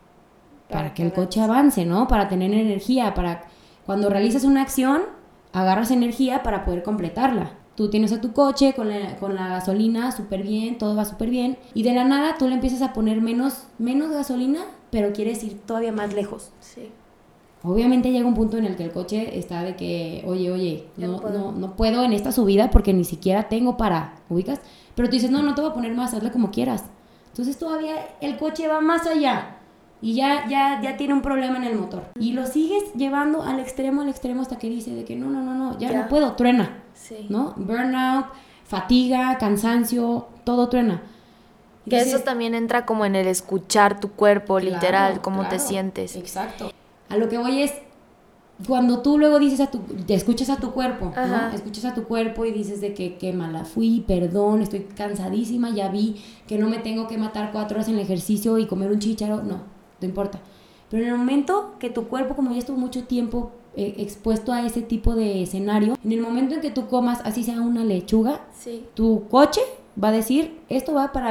Para que el coche avance, ¿no? Para tener energía, para cuando realizas una acción, agarras energía para poder completarla. Tú tienes a tu coche con la gasolina súper bien, todo va súper bien, y de la nada tú le empiezas a poner menos gasolina, pero quieres ir todavía más lejos. Sí. Obviamente llega un punto en el que el coche está de que, oye, no puedo en esta subida porque ni siquiera tengo para, ¿ubicas? Pero tú dices, no te voy a poner más, hazle como quieras. Entonces todavía el coche va más allá y ya tiene un problema en el motor. Y lo sigues llevando al extremo hasta que dice de que no puedo, truena. Sí. ¿No? Burnout, fatiga, cansancio, todo truena. Que eso también entra como en el escuchar tu cuerpo, claro, literal, cómo te sientes. Exacto. A lo que voy es, cuando tú luego dices te escuchas a tu cuerpo, ¿no? Escuchas a tu cuerpo y dices de que qué mala fui, perdón, estoy cansadísima, ya vi que no me tengo que matar 4 horas en el ejercicio y comer un chícharo, no importa. Pero en el momento que tu cuerpo, como ya estuvo mucho tiempo expuesto a ese tipo de escenario, en el momento en que tú comas, así sea una lechuga, tu coche va a decir, esto va para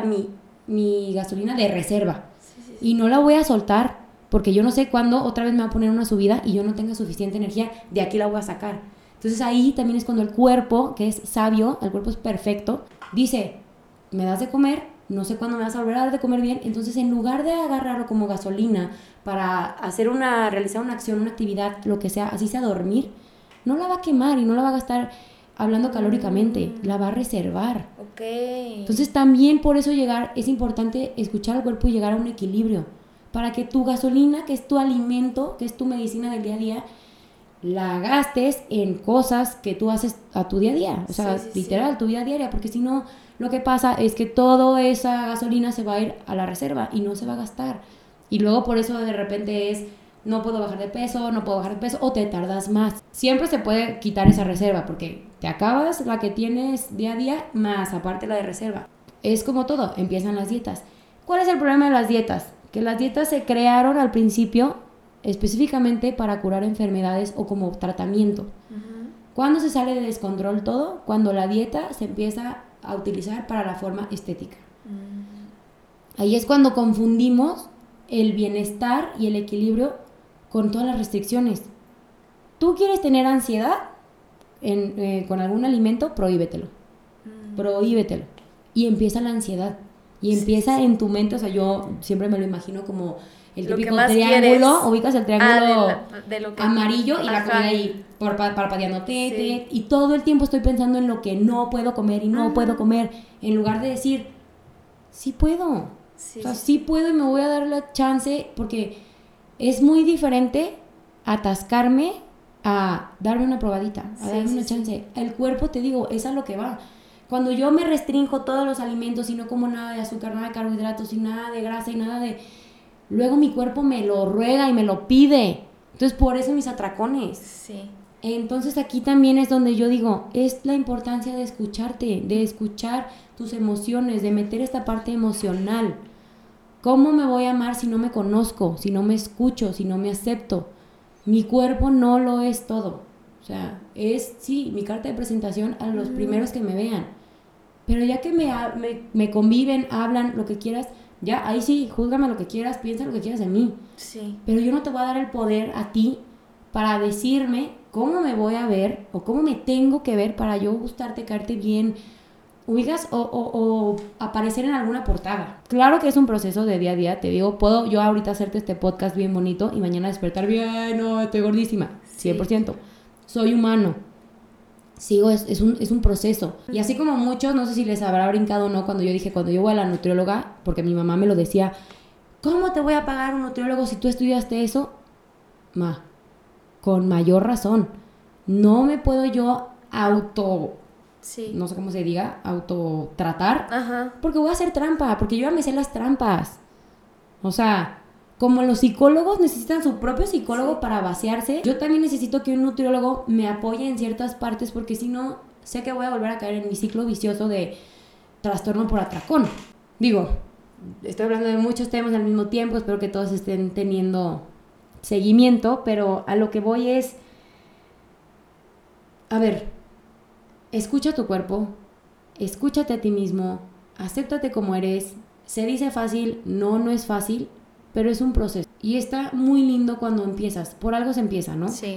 mi gasolina de reserva. Y no la voy a soltar porque yo no sé cuándo otra vez me va a poner una subida y yo no tenga suficiente energía, de aquí la voy a sacar. Entonces ahí también es cuando el cuerpo, que es sabio, el cuerpo es perfecto, dice, me das de comer, no sé cuándo me vas a volver a dar de comer bien, entonces en lugar de agarrarlo como gasolina para realizar una acción, una actividad, lo que sea, así sea dormir, no la va a quemar y no la va a gastar hablando calóricamente, la va a reservar. Entonces también por eso es importante escuchar al cuerpo y llegar a un equilibrio, para que tu gasolina, que es tu alimento, que es tu medicina del día a día, la gastes en cosas que tú haces a tu día a día, o sea, literal, tu vida diaria, porque si no, lo que pasa es que toda esa gasolina se va a ir a la reserva y no se va a gastar. Y luego por eso de repente no puedo bajar de peso, o te tardas más. Siempre se puede quitar esa reserva porque te acabas la que tienes día a día más aparte la de reserva. Es como todo, empiezan las dietas. ¿Cuál es el problema de las dietas? Que las dietas se crearon al principio específicamente para curar enfermedades o como tratamiento. ¿Cuándo se sale de descontrol todo? Cuando la dieta se empieza a utilizar para la forma estética. Ahí es cuando confundimos el bienestar y el equilibrio con todas las restricciones. ¿Tú quieres tener ansiedad con algún alimento? Prohíbetelo. Prohíbetelo. Y empieza la ansiedad. Y empieza en tu mente, o sea, yo siempre me lo imagino como el típico triángulo, ubicas el triángulo de lo que amarillo y la comida ahí parpadeándote, y todo el tiempo estoy pensando en lo que no puedo comer y no puedo comer, en lugar de decir, sí puedo, o sea, sí puedo y me voy a dar la chance, porque es muy diferente atascarme a darme una probadita, a darme una chance. El cuerpo, te digo, es a lo que va. Cuando yo me restrinjo todos los alimentos y no como nada de azúcar, nada de carbohidratos y nada de grasa y nada de... Luego mi cuerpo me lo ruega y me lo pide. Entonces, por eso mis atracones. Sí. Entonces, aquí también es donde yo digo, es la importancia de escucharte, de escuchar tus emociones, de meter esta parte emocional. ¿Cómo me voy a amar si no me conozco, si no me escucho, si no me acepto? Mi cuerpo no lo es todo. O sea, es, sí, mi carta de presentación a los primeros que me vean. Pero ya que me conviven, hablan, lo que quieras, ya, ahí sí, júzgame lo que quieras, piensa lo que quieras de mí. Sí. Pero yo no te voy a dar el poder a ti para decirme cómo me voy a ver o cómo me tengo que ver para yo gustarte, caerte bien, ubicas o aparecer en alguna portada. Claro que es un proceso de día a día, te digo, puedo yo ahorita hacerte este podcast bien bonito y mañana despertar bien, no, estoy gordísima, 100%. Soy humano. Sigo, es un proceso. Y así como muchos, no sé si les habrá brincado o no, cuando yo voy a la nutrióloga, porque mi mamá me lo decía, ¿cómo te voy a pagar un nutriólogo si tú estudiaste eso? Con mayor razón. No me puedo yo no sé cómo se diga, autotratar, porque voy a hacer trampa, porque yo ya me sé las trampas. O sea, como los psicólogos necesitan su propio psicólogo para vaciarse, yo también necesito que un nutriólogo me apoye en ciertas partes, porque si no, sé que voy a volver a caer en mi ciclo vicioso de trastorno por atracón. Digo, estoy hablando de muchos temas al mismo tiempo, espero que todos estén teniendo seguimiento, pero a lo que voy es, a ver, escucha tu cuerpo, escúchate a ti mismo, acéptate como eres. Se dice fácil, no es fácil, pero es un proceso. Y está muy lindo cuando empiezas. Por algo se empieza, ¿no? Sí.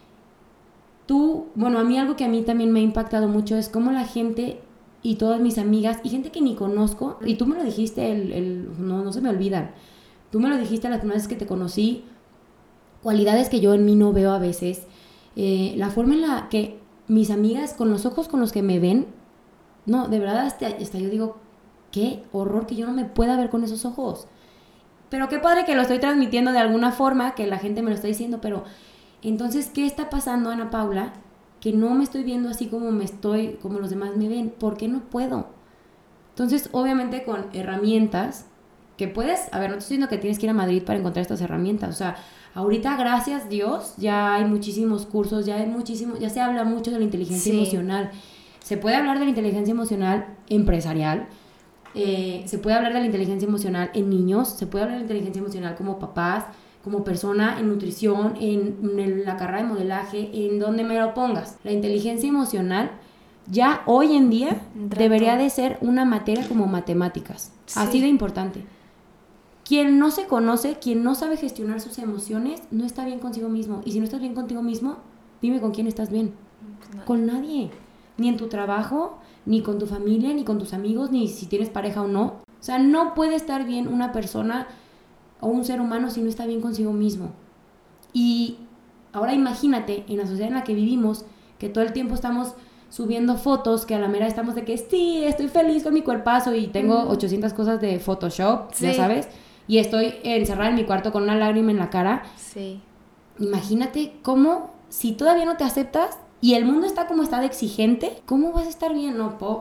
A mí algo que a mí también me ha impactado mucho es cómo la gente y todas mis amigas y gente que ni conozco, y tú me lo dijiste, no se me olvidan, tú me lo dijiste las primeras veces que te conocí, cualidades que yo en mí no veo a veces, la forma en la que mis amigas, con los ojos con los que me ven, no, de verdad hasta yo digo, qué horror que yo no me pueda ver con esos ojos. Pero qué padre que lo estoy transmitiendo de alguna forma, que la gente me lo está diciendo, pero entonces, ¿qué está pasando, Ana Paula? Que no me estoy viendo así como los demás me ven. ¿Por qué no puedo? Entonces, obviamente con herramientas que puedes, no te estoy diciendo que tienes que ir a Madrid para encontrar estas herramientas, o sea, ahorita, gracias Dios, ya hay muchísimos cursos, ya se habla mucho de la inteligencia emocional. Se puede hablar de la inteligencia emocional empresarial, se puede hablar de la inteligencia emocional en niños, se puede hablar de la inteligencia emocional como papás, como persona, en nutrición, en la carrera de modelaje, en donde me lo pongas. La inteligencia emocional ya hoy en día debería de ser una materia como matemáticas, así de importante. Quien no se conoce, quien no sabe gestionar sus emociones, no está bien consigo mismo. Y si no estás bien contigo mismo, dime con quién estás bien. Con nadie. Ni en tu trabajo, ni con tu familia, ni con tus amigos, ni si tienes pareja o no. O sea, no puede estar bien una persona o un ser humano si no está bien consigo mismo. Y ahora imagínate, en la sociedad en la que vivimos, que todo el tiempo estamos subiendo fotos, que a la mera estamos de que sí, estoy feliz con mi cuerpazo y tengo 800 cosas de Photoshop, ya sabes, y estoy encerrada en mi cuarto con una lágrima en la cara. Sí. Imagínate cómo, si todavía no te aceptas y el mundo está como está de exigente, ¿cómo vas a estar bien?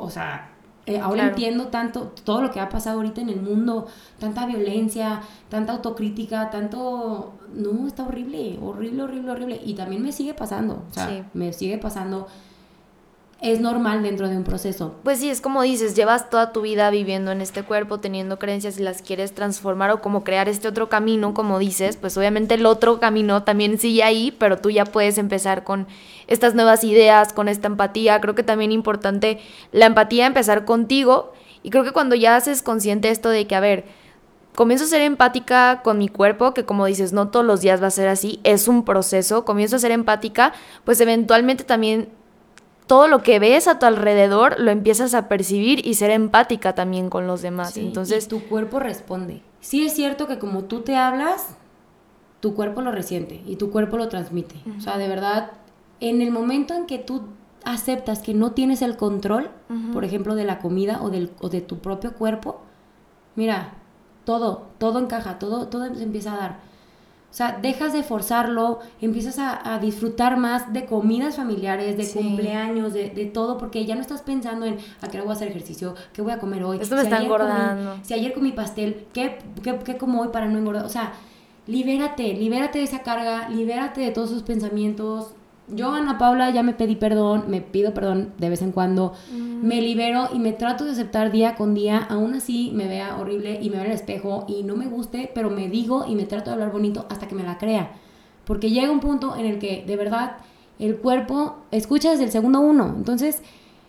Ahora entiendo tanto todo lo que ha pasado ahorita en el mundo, tanta violencia, tanta autocrítica, no, está horrible, y también me sigue pasando, me sigue pasando. Es normal dentro de un proceso. Pues sí, es como dices, llevas toda tu vida viviendo en este cuerpo, teniendo creencias y las quieres transformar o como crear este otro camino, como dices, pues obviamente el otro camino también sigue ahí, pero tú ya puedes empezar con estas nuevas ideas, con esta empatía. Creo que también es importante la empatía, empezar contigo, y creo que cuando ya haces consciente esto de que, comienzo a ser empática con mi cuerpo, que como dices, no todos los días va a ser así, es un proceso, comienzo a ser empática, pues eventualmente también todo lo que ves a tu alrededor lo empiezas a percibir y ser empática también con los demás. Sí, Entonces, y tu cuerpo responde. Sí es cierto que como tú te hablas, tu cuerpo lo resiente y tu cuerpo lo transmite. O sea, de verdad, en el momento en que tú aceptas que no tienes el control, por ejemplo, de la comida o de tu propio cuerpo, mira, todo encaja, todo se empieza a dar. O sea, dejas de forzarlo, empiezas a disfrutar más de comidas familiares, de cumpleaños, de todo, porque ya no estás pensando en a qué hora voy a hacer ejercicio, qué voy a comer hoy. Esto me está engordando. Si ayer comí pastel, ¿qué como hoy para no engordar? O sea, libérate de esa carga, libérate de todos esos pensamientos. Yo, Ana Paula, ya me pido perdón de vez en cuando, me libero y me trato de aceptar día con día, aún así me vea horrible y me vea en el espejo y no me guste, pero me digo y me trato de hablar bonito hasta que me la crea, porque llega un punto en el que de verdad el cuerpo escucha desde el segundo uno. Entonces,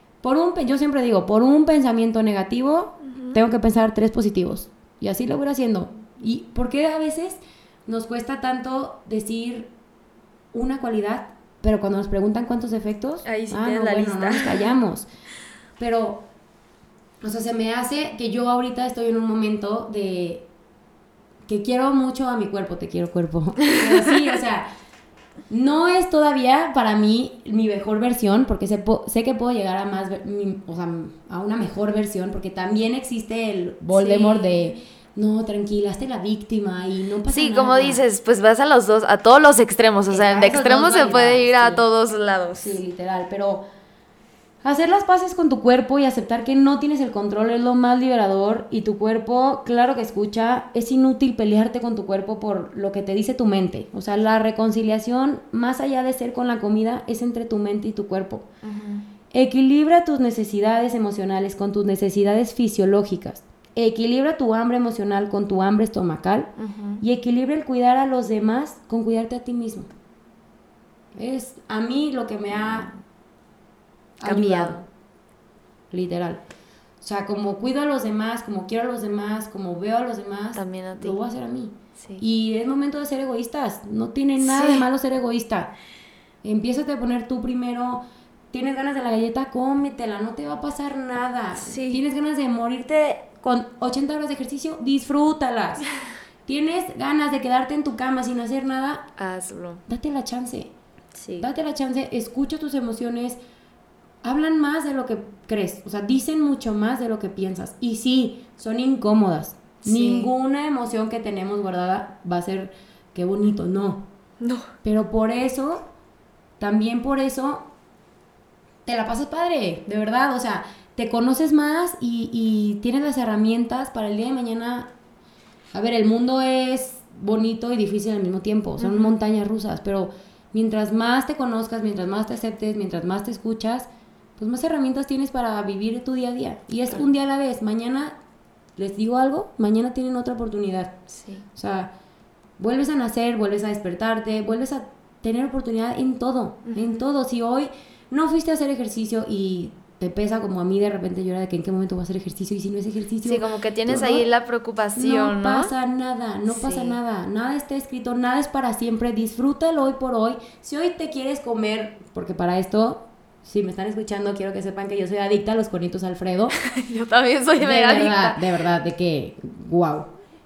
yo siempre digo, por un pensamiento negativo, tengo que pensar 3 positivos, y así lo voy haciendo. ¿Y por qué a veces nos cuesta tanto decir una cualidad? Pero cuando nos preguntan cuántos defectos, ahí sí tienes la lista. no nos callamos. Pero, o sea, se me hace que yo ahorita estoy en un momento de que quiero mucho a mi cuerpo, te quiero cuerpo. Pero sí, o sea, no es todavía para mí mi mejor versión, porque sé que puedo llegar a a una mejor versión, porque también existe el Voldemort de... No, tranquila, hazte la víctima y no pasa nada. Sí, como dices, pues vas a todos los extremos, o sea, de extremos se puede ir a todos lados. Sí, literal, pero hacer las paces con tu cuerpo y aceptar que no tienes el control es lo más liberador, y tu cuerpo, claro que escucha, es inútil pelearte con tu cuerpo por lo que te dice tu mente. O sea, la reconciliación, más allá de ser con la comida, es entre tu mente y tu cuerpo. Equilibra tus necesidades emocionales con tus necesidades fisiológicas. Equilibra tu hambre emocional con tu hambre estomacal, y equilibra el cuidar a los demás con cuidarte a ti mismo. Es a mí lo que me ha cambiado, literal. O sea, como cuido a los demás, como quiero a los demás, como veo a los demás, también a ti. lo voy a hacer a mí. Sí. Y es momento de ser egoístas. No tiene nada de malo ser egoísta. Empiézate a poner tú primero. Tienes ganas de la galleta, cómetela, no te va a pasar nada. Sí. Tienes ganas de morirte con 80 horas de ejercicio, disfrútalas. Tienes ganas de quedarte en tu cama sin hacer nada, hazlo. Date la chance. Sí. Date la chance, escucha tus emociones. Hablan más de lo que crees, o sea, dicen mucho más de lo que piensas. Y sí, son incómodas. Sí. Ninguna emoción que tenemos guardada va a ser qué bonito, no. Pero por eso, también por eso, te la pasas padre, de verdad. O sea, te conoces más y tienes las herramientas para el día de mañana. A ver, el mundo es bonito y difícil al mismo tiempo, son montañas rusas, pero mientras más te conozcas, mientras más te aceptes, mientras más te escuchas, pues más herramientas tienes para vivir tu día a día. Y es un día a la vez. Mañana, les digo algo, mañana tienen otra oportunidad. Sí. O sea, vuelves a nacer, vuelves a despertarte, vuelves a tener oportunidad en todo, en todo. Si hoy no fuiste a hacer ejercicio y te pesa, como a mí de repente yo era de que en qué momento voy a hacer ejercicio, y si no es ejercicio... Sí, como que tienes ahí la preocupación, ¿no? Pasa nada, no pasa nada, nada está escrito, nada es para siempre, disfrútalo hoy por hoy. Si hoy te quieres comer, porque para esto, si me están escuchando, quiero que sepan que yo soy adicta a los cuernitos Alfredo. Yo también soy mega adicta. De verdad, de que, wow.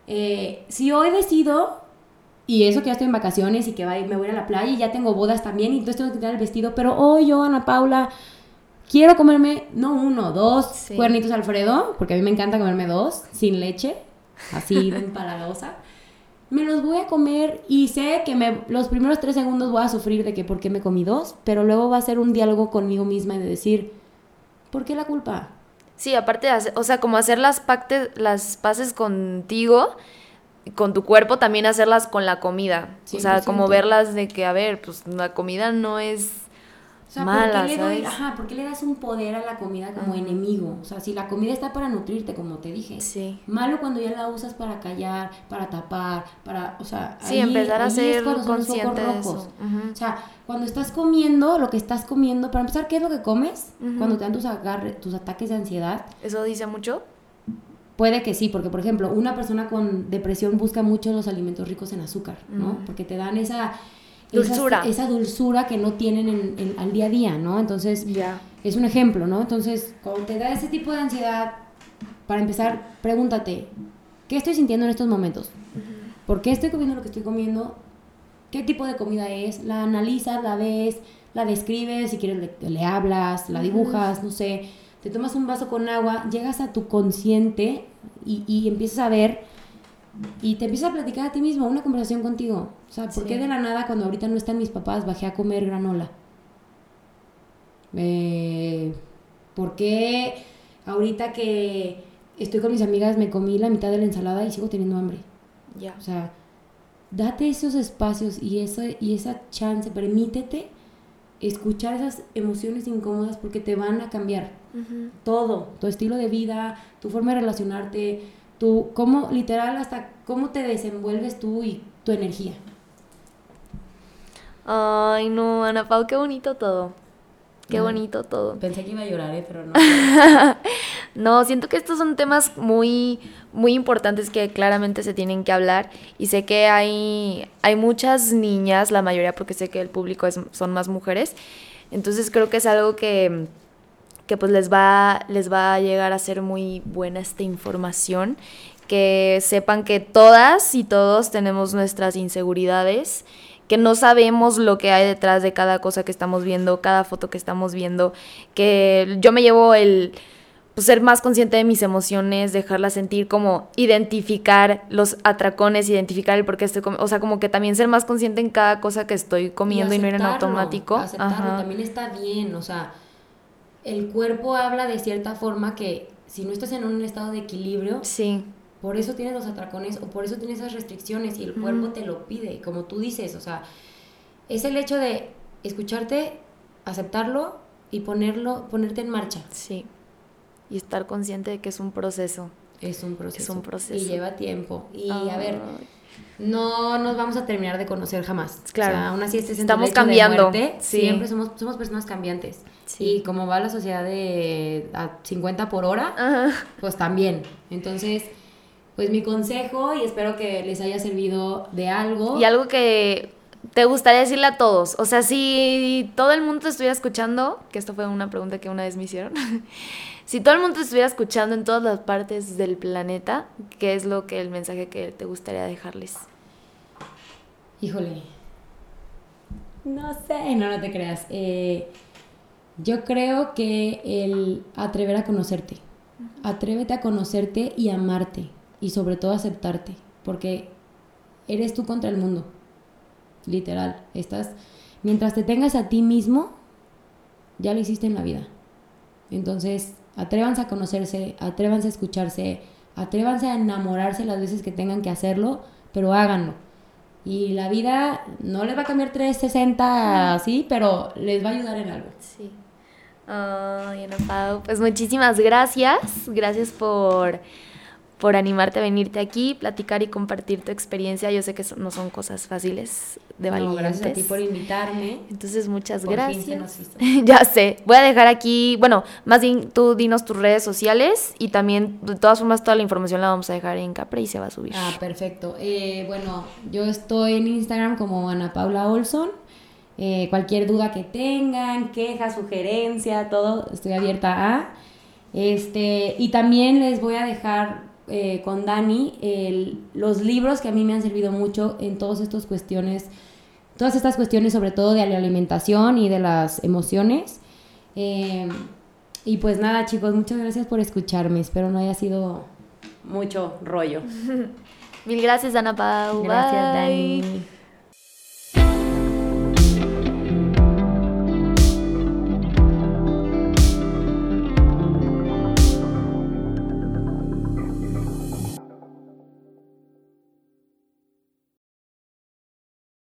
Si hoy decido, y eso que ya estoy en vacaciones y que me voy a la playa y ya tengo bodas también, y entonces tengo que quitar el vestido, pero hoy yo, Ana Paula, quiero comerme, no 1, 2 cuernitos Alfredo, porque a mí me encanta comerme 2, sin leche, así empalagosa. Me los voy a comer y sé que los primeros 3 segundos voy a sufrir de que por qué me comí 2, pero luego va a ser un diálogo conmigo misma y de decir, ¿por qué la culpa? Sí, aparte, o sea, como hacer las paces contigo, con tu cuerpo, también hacerlas con la comida. 100%. O sea, como verlas de que, a ver, pues la comida no es... O sea, mala, ¿por qué le das un poder a la comida como enemigo? O sea, si la comida está para nutrirte, como te dije. Sí. Malo cuando ya la usas para callar, para tapar, o sea... Sí, empezar a ser consciente de eso. O sea, cuando estás comiendo, lo que estás comiendo... Para empezar, ¿qué es lo que comes? Cuando te dan tus ataques de ansiedad. ¿Eso dice mucho? puede que sí, porque por ejemplo, una persona con depresión busca mucho los alimentos ricos en azúcar, ¿no? Porque te dan esa dulzura que no tienen al día a día, ¿no? Entonces, es un ejemplo, ¿no? Entonces, cuando te da ese tipo de ansiedad, para empezar, pregúntate, ¿qué estoy sintiendo en estos momentos? ¿Por qué estoy comiendo lo que estoy comiendo? ¿Qué tipo de comida es? La analizas, la ves, la describes, si quieres le hablas, la dibujas, no sé, te tomas un vaso con agua, llegas a tu consciente y empiezas a ver y te empiezas a platicar a ti mismo, una conversación contigo. O sea, ¿por qué de la nada cuando ahorita no están mis papás bajé a comer granola? ¿Por qué ahorita que estoy con mis amigas me comí la mitad de la ensalada y sigo teniendo hambre? O sea, date esos espacios y esa chance, permítete escuchar esas emociones incómodas porque te van a cambiar todo, tu estilo de vida, tu forma de relacionarte, cómo, literal, hasta cómo te desenvuelves tú y tu energía. Ay, no, Ana Pau, qué bonito todo. Qué bonito todo. Pensé que iba a llorar, pero no. No, siento que estos son temas muy, muy importantes que claramente se tienen que hablar y sé que hay muchas niñas, la mayoría porque sé que el público son más mujeres, entonces creo que es algo que pues les va a llegar a ser muy buena esta información, que sepan que todas y todos tenemos nuestras inseguridades, que no sabemos lo que hay detrás de cada cosa que estamos viendo, cada foto que estamos viendo, que yo me llevo pues, ser más consciente de mis emociones, dejarlas sentir, como identificar los atracones, identificar el por qué estoy comiendo, o sea, como que también ser más consciente en cada cosa que estoy comiendo y no ir en automático. Aceptarlo también está bien, o sea, el cuerpo habla de cierta forma que si no estás en un estado de equilibrio, sí. Por eso tienes los atracones o por eso tienes esas restricciones y el cuerpo te lo pide, como tú dices, o sea, es el hecho de escucharte, aceptarlo y ponerte en marcha. Sí, y estar consciente de que es un proceso. Es un proceso. Y lleva tiempo. Y a ver, no nos vamos a terminar de conocer jamás. Claro. O sea, aún así estamos cambiando. De muerte, siempre somos personas cambiantes. Sí. Y como va la sociedad a 50 por hora, pues también. Entonces, pues mi consejo, y espero que les haya servido de algo. Y algo que te gustaría decirle a todos. O sea, si todo el mundo te estuviera escuchando, que esto fue una pregunta que una vez me hicieron, si todo el mundo te estuviera escuchando en todas las partes del planeta, ¿qué es el mensaje que te gustaría dejarles? Híjole. No sé, no te creas. Yo creo que el atrever a conocerte. Atrévete a conocerte y amarte. Y sobre todo aceptarte, porque eres tú contra el mundo, literal. Mientras te tengas a ti mismo, ya lo hiciste en la vida. Entonces, atrévanse a conocerse, atrévanse a escucharse, atrévanse a enamorarse las veces que tengan que hacerlo, pero háganlo. Y la vida no les va a cambiar 360 así, pero les va a ayudar en algo. Sí. Ay, Ana Pau, pues muchísimas gracias. Gracias por animarte a venirte aquí, platicar y compartir tu experiencia. Yo sé que no son cosas fáciles de valientes. Gracias a ti por invitarme. Entonces, muchas por gracias. Fin se nos hizo. Ya sé. Voy a dejar aquí, bueno, más bien tú dinos tus redes sociales y también, de todas formas, toda la información la vamos a dejar en Capri y se va a subir. Perfecto. Bueno, yo estoy en Instagram como Ana Paula Olson. Cualquier duda que tengan, queja, sugerencia, todo, estoy abierta a. Y también les voy a dejar con Dani los libros que a mí me han servido mucho en todas estas cuestiones sobre todo de la alimentación y de las emociones. Y pues nada, chicos, muchas gracias por escucharme. Espero no haya sido mucho rollo. Mil gracias, Ana Pau. Gracias, Bye. Dani.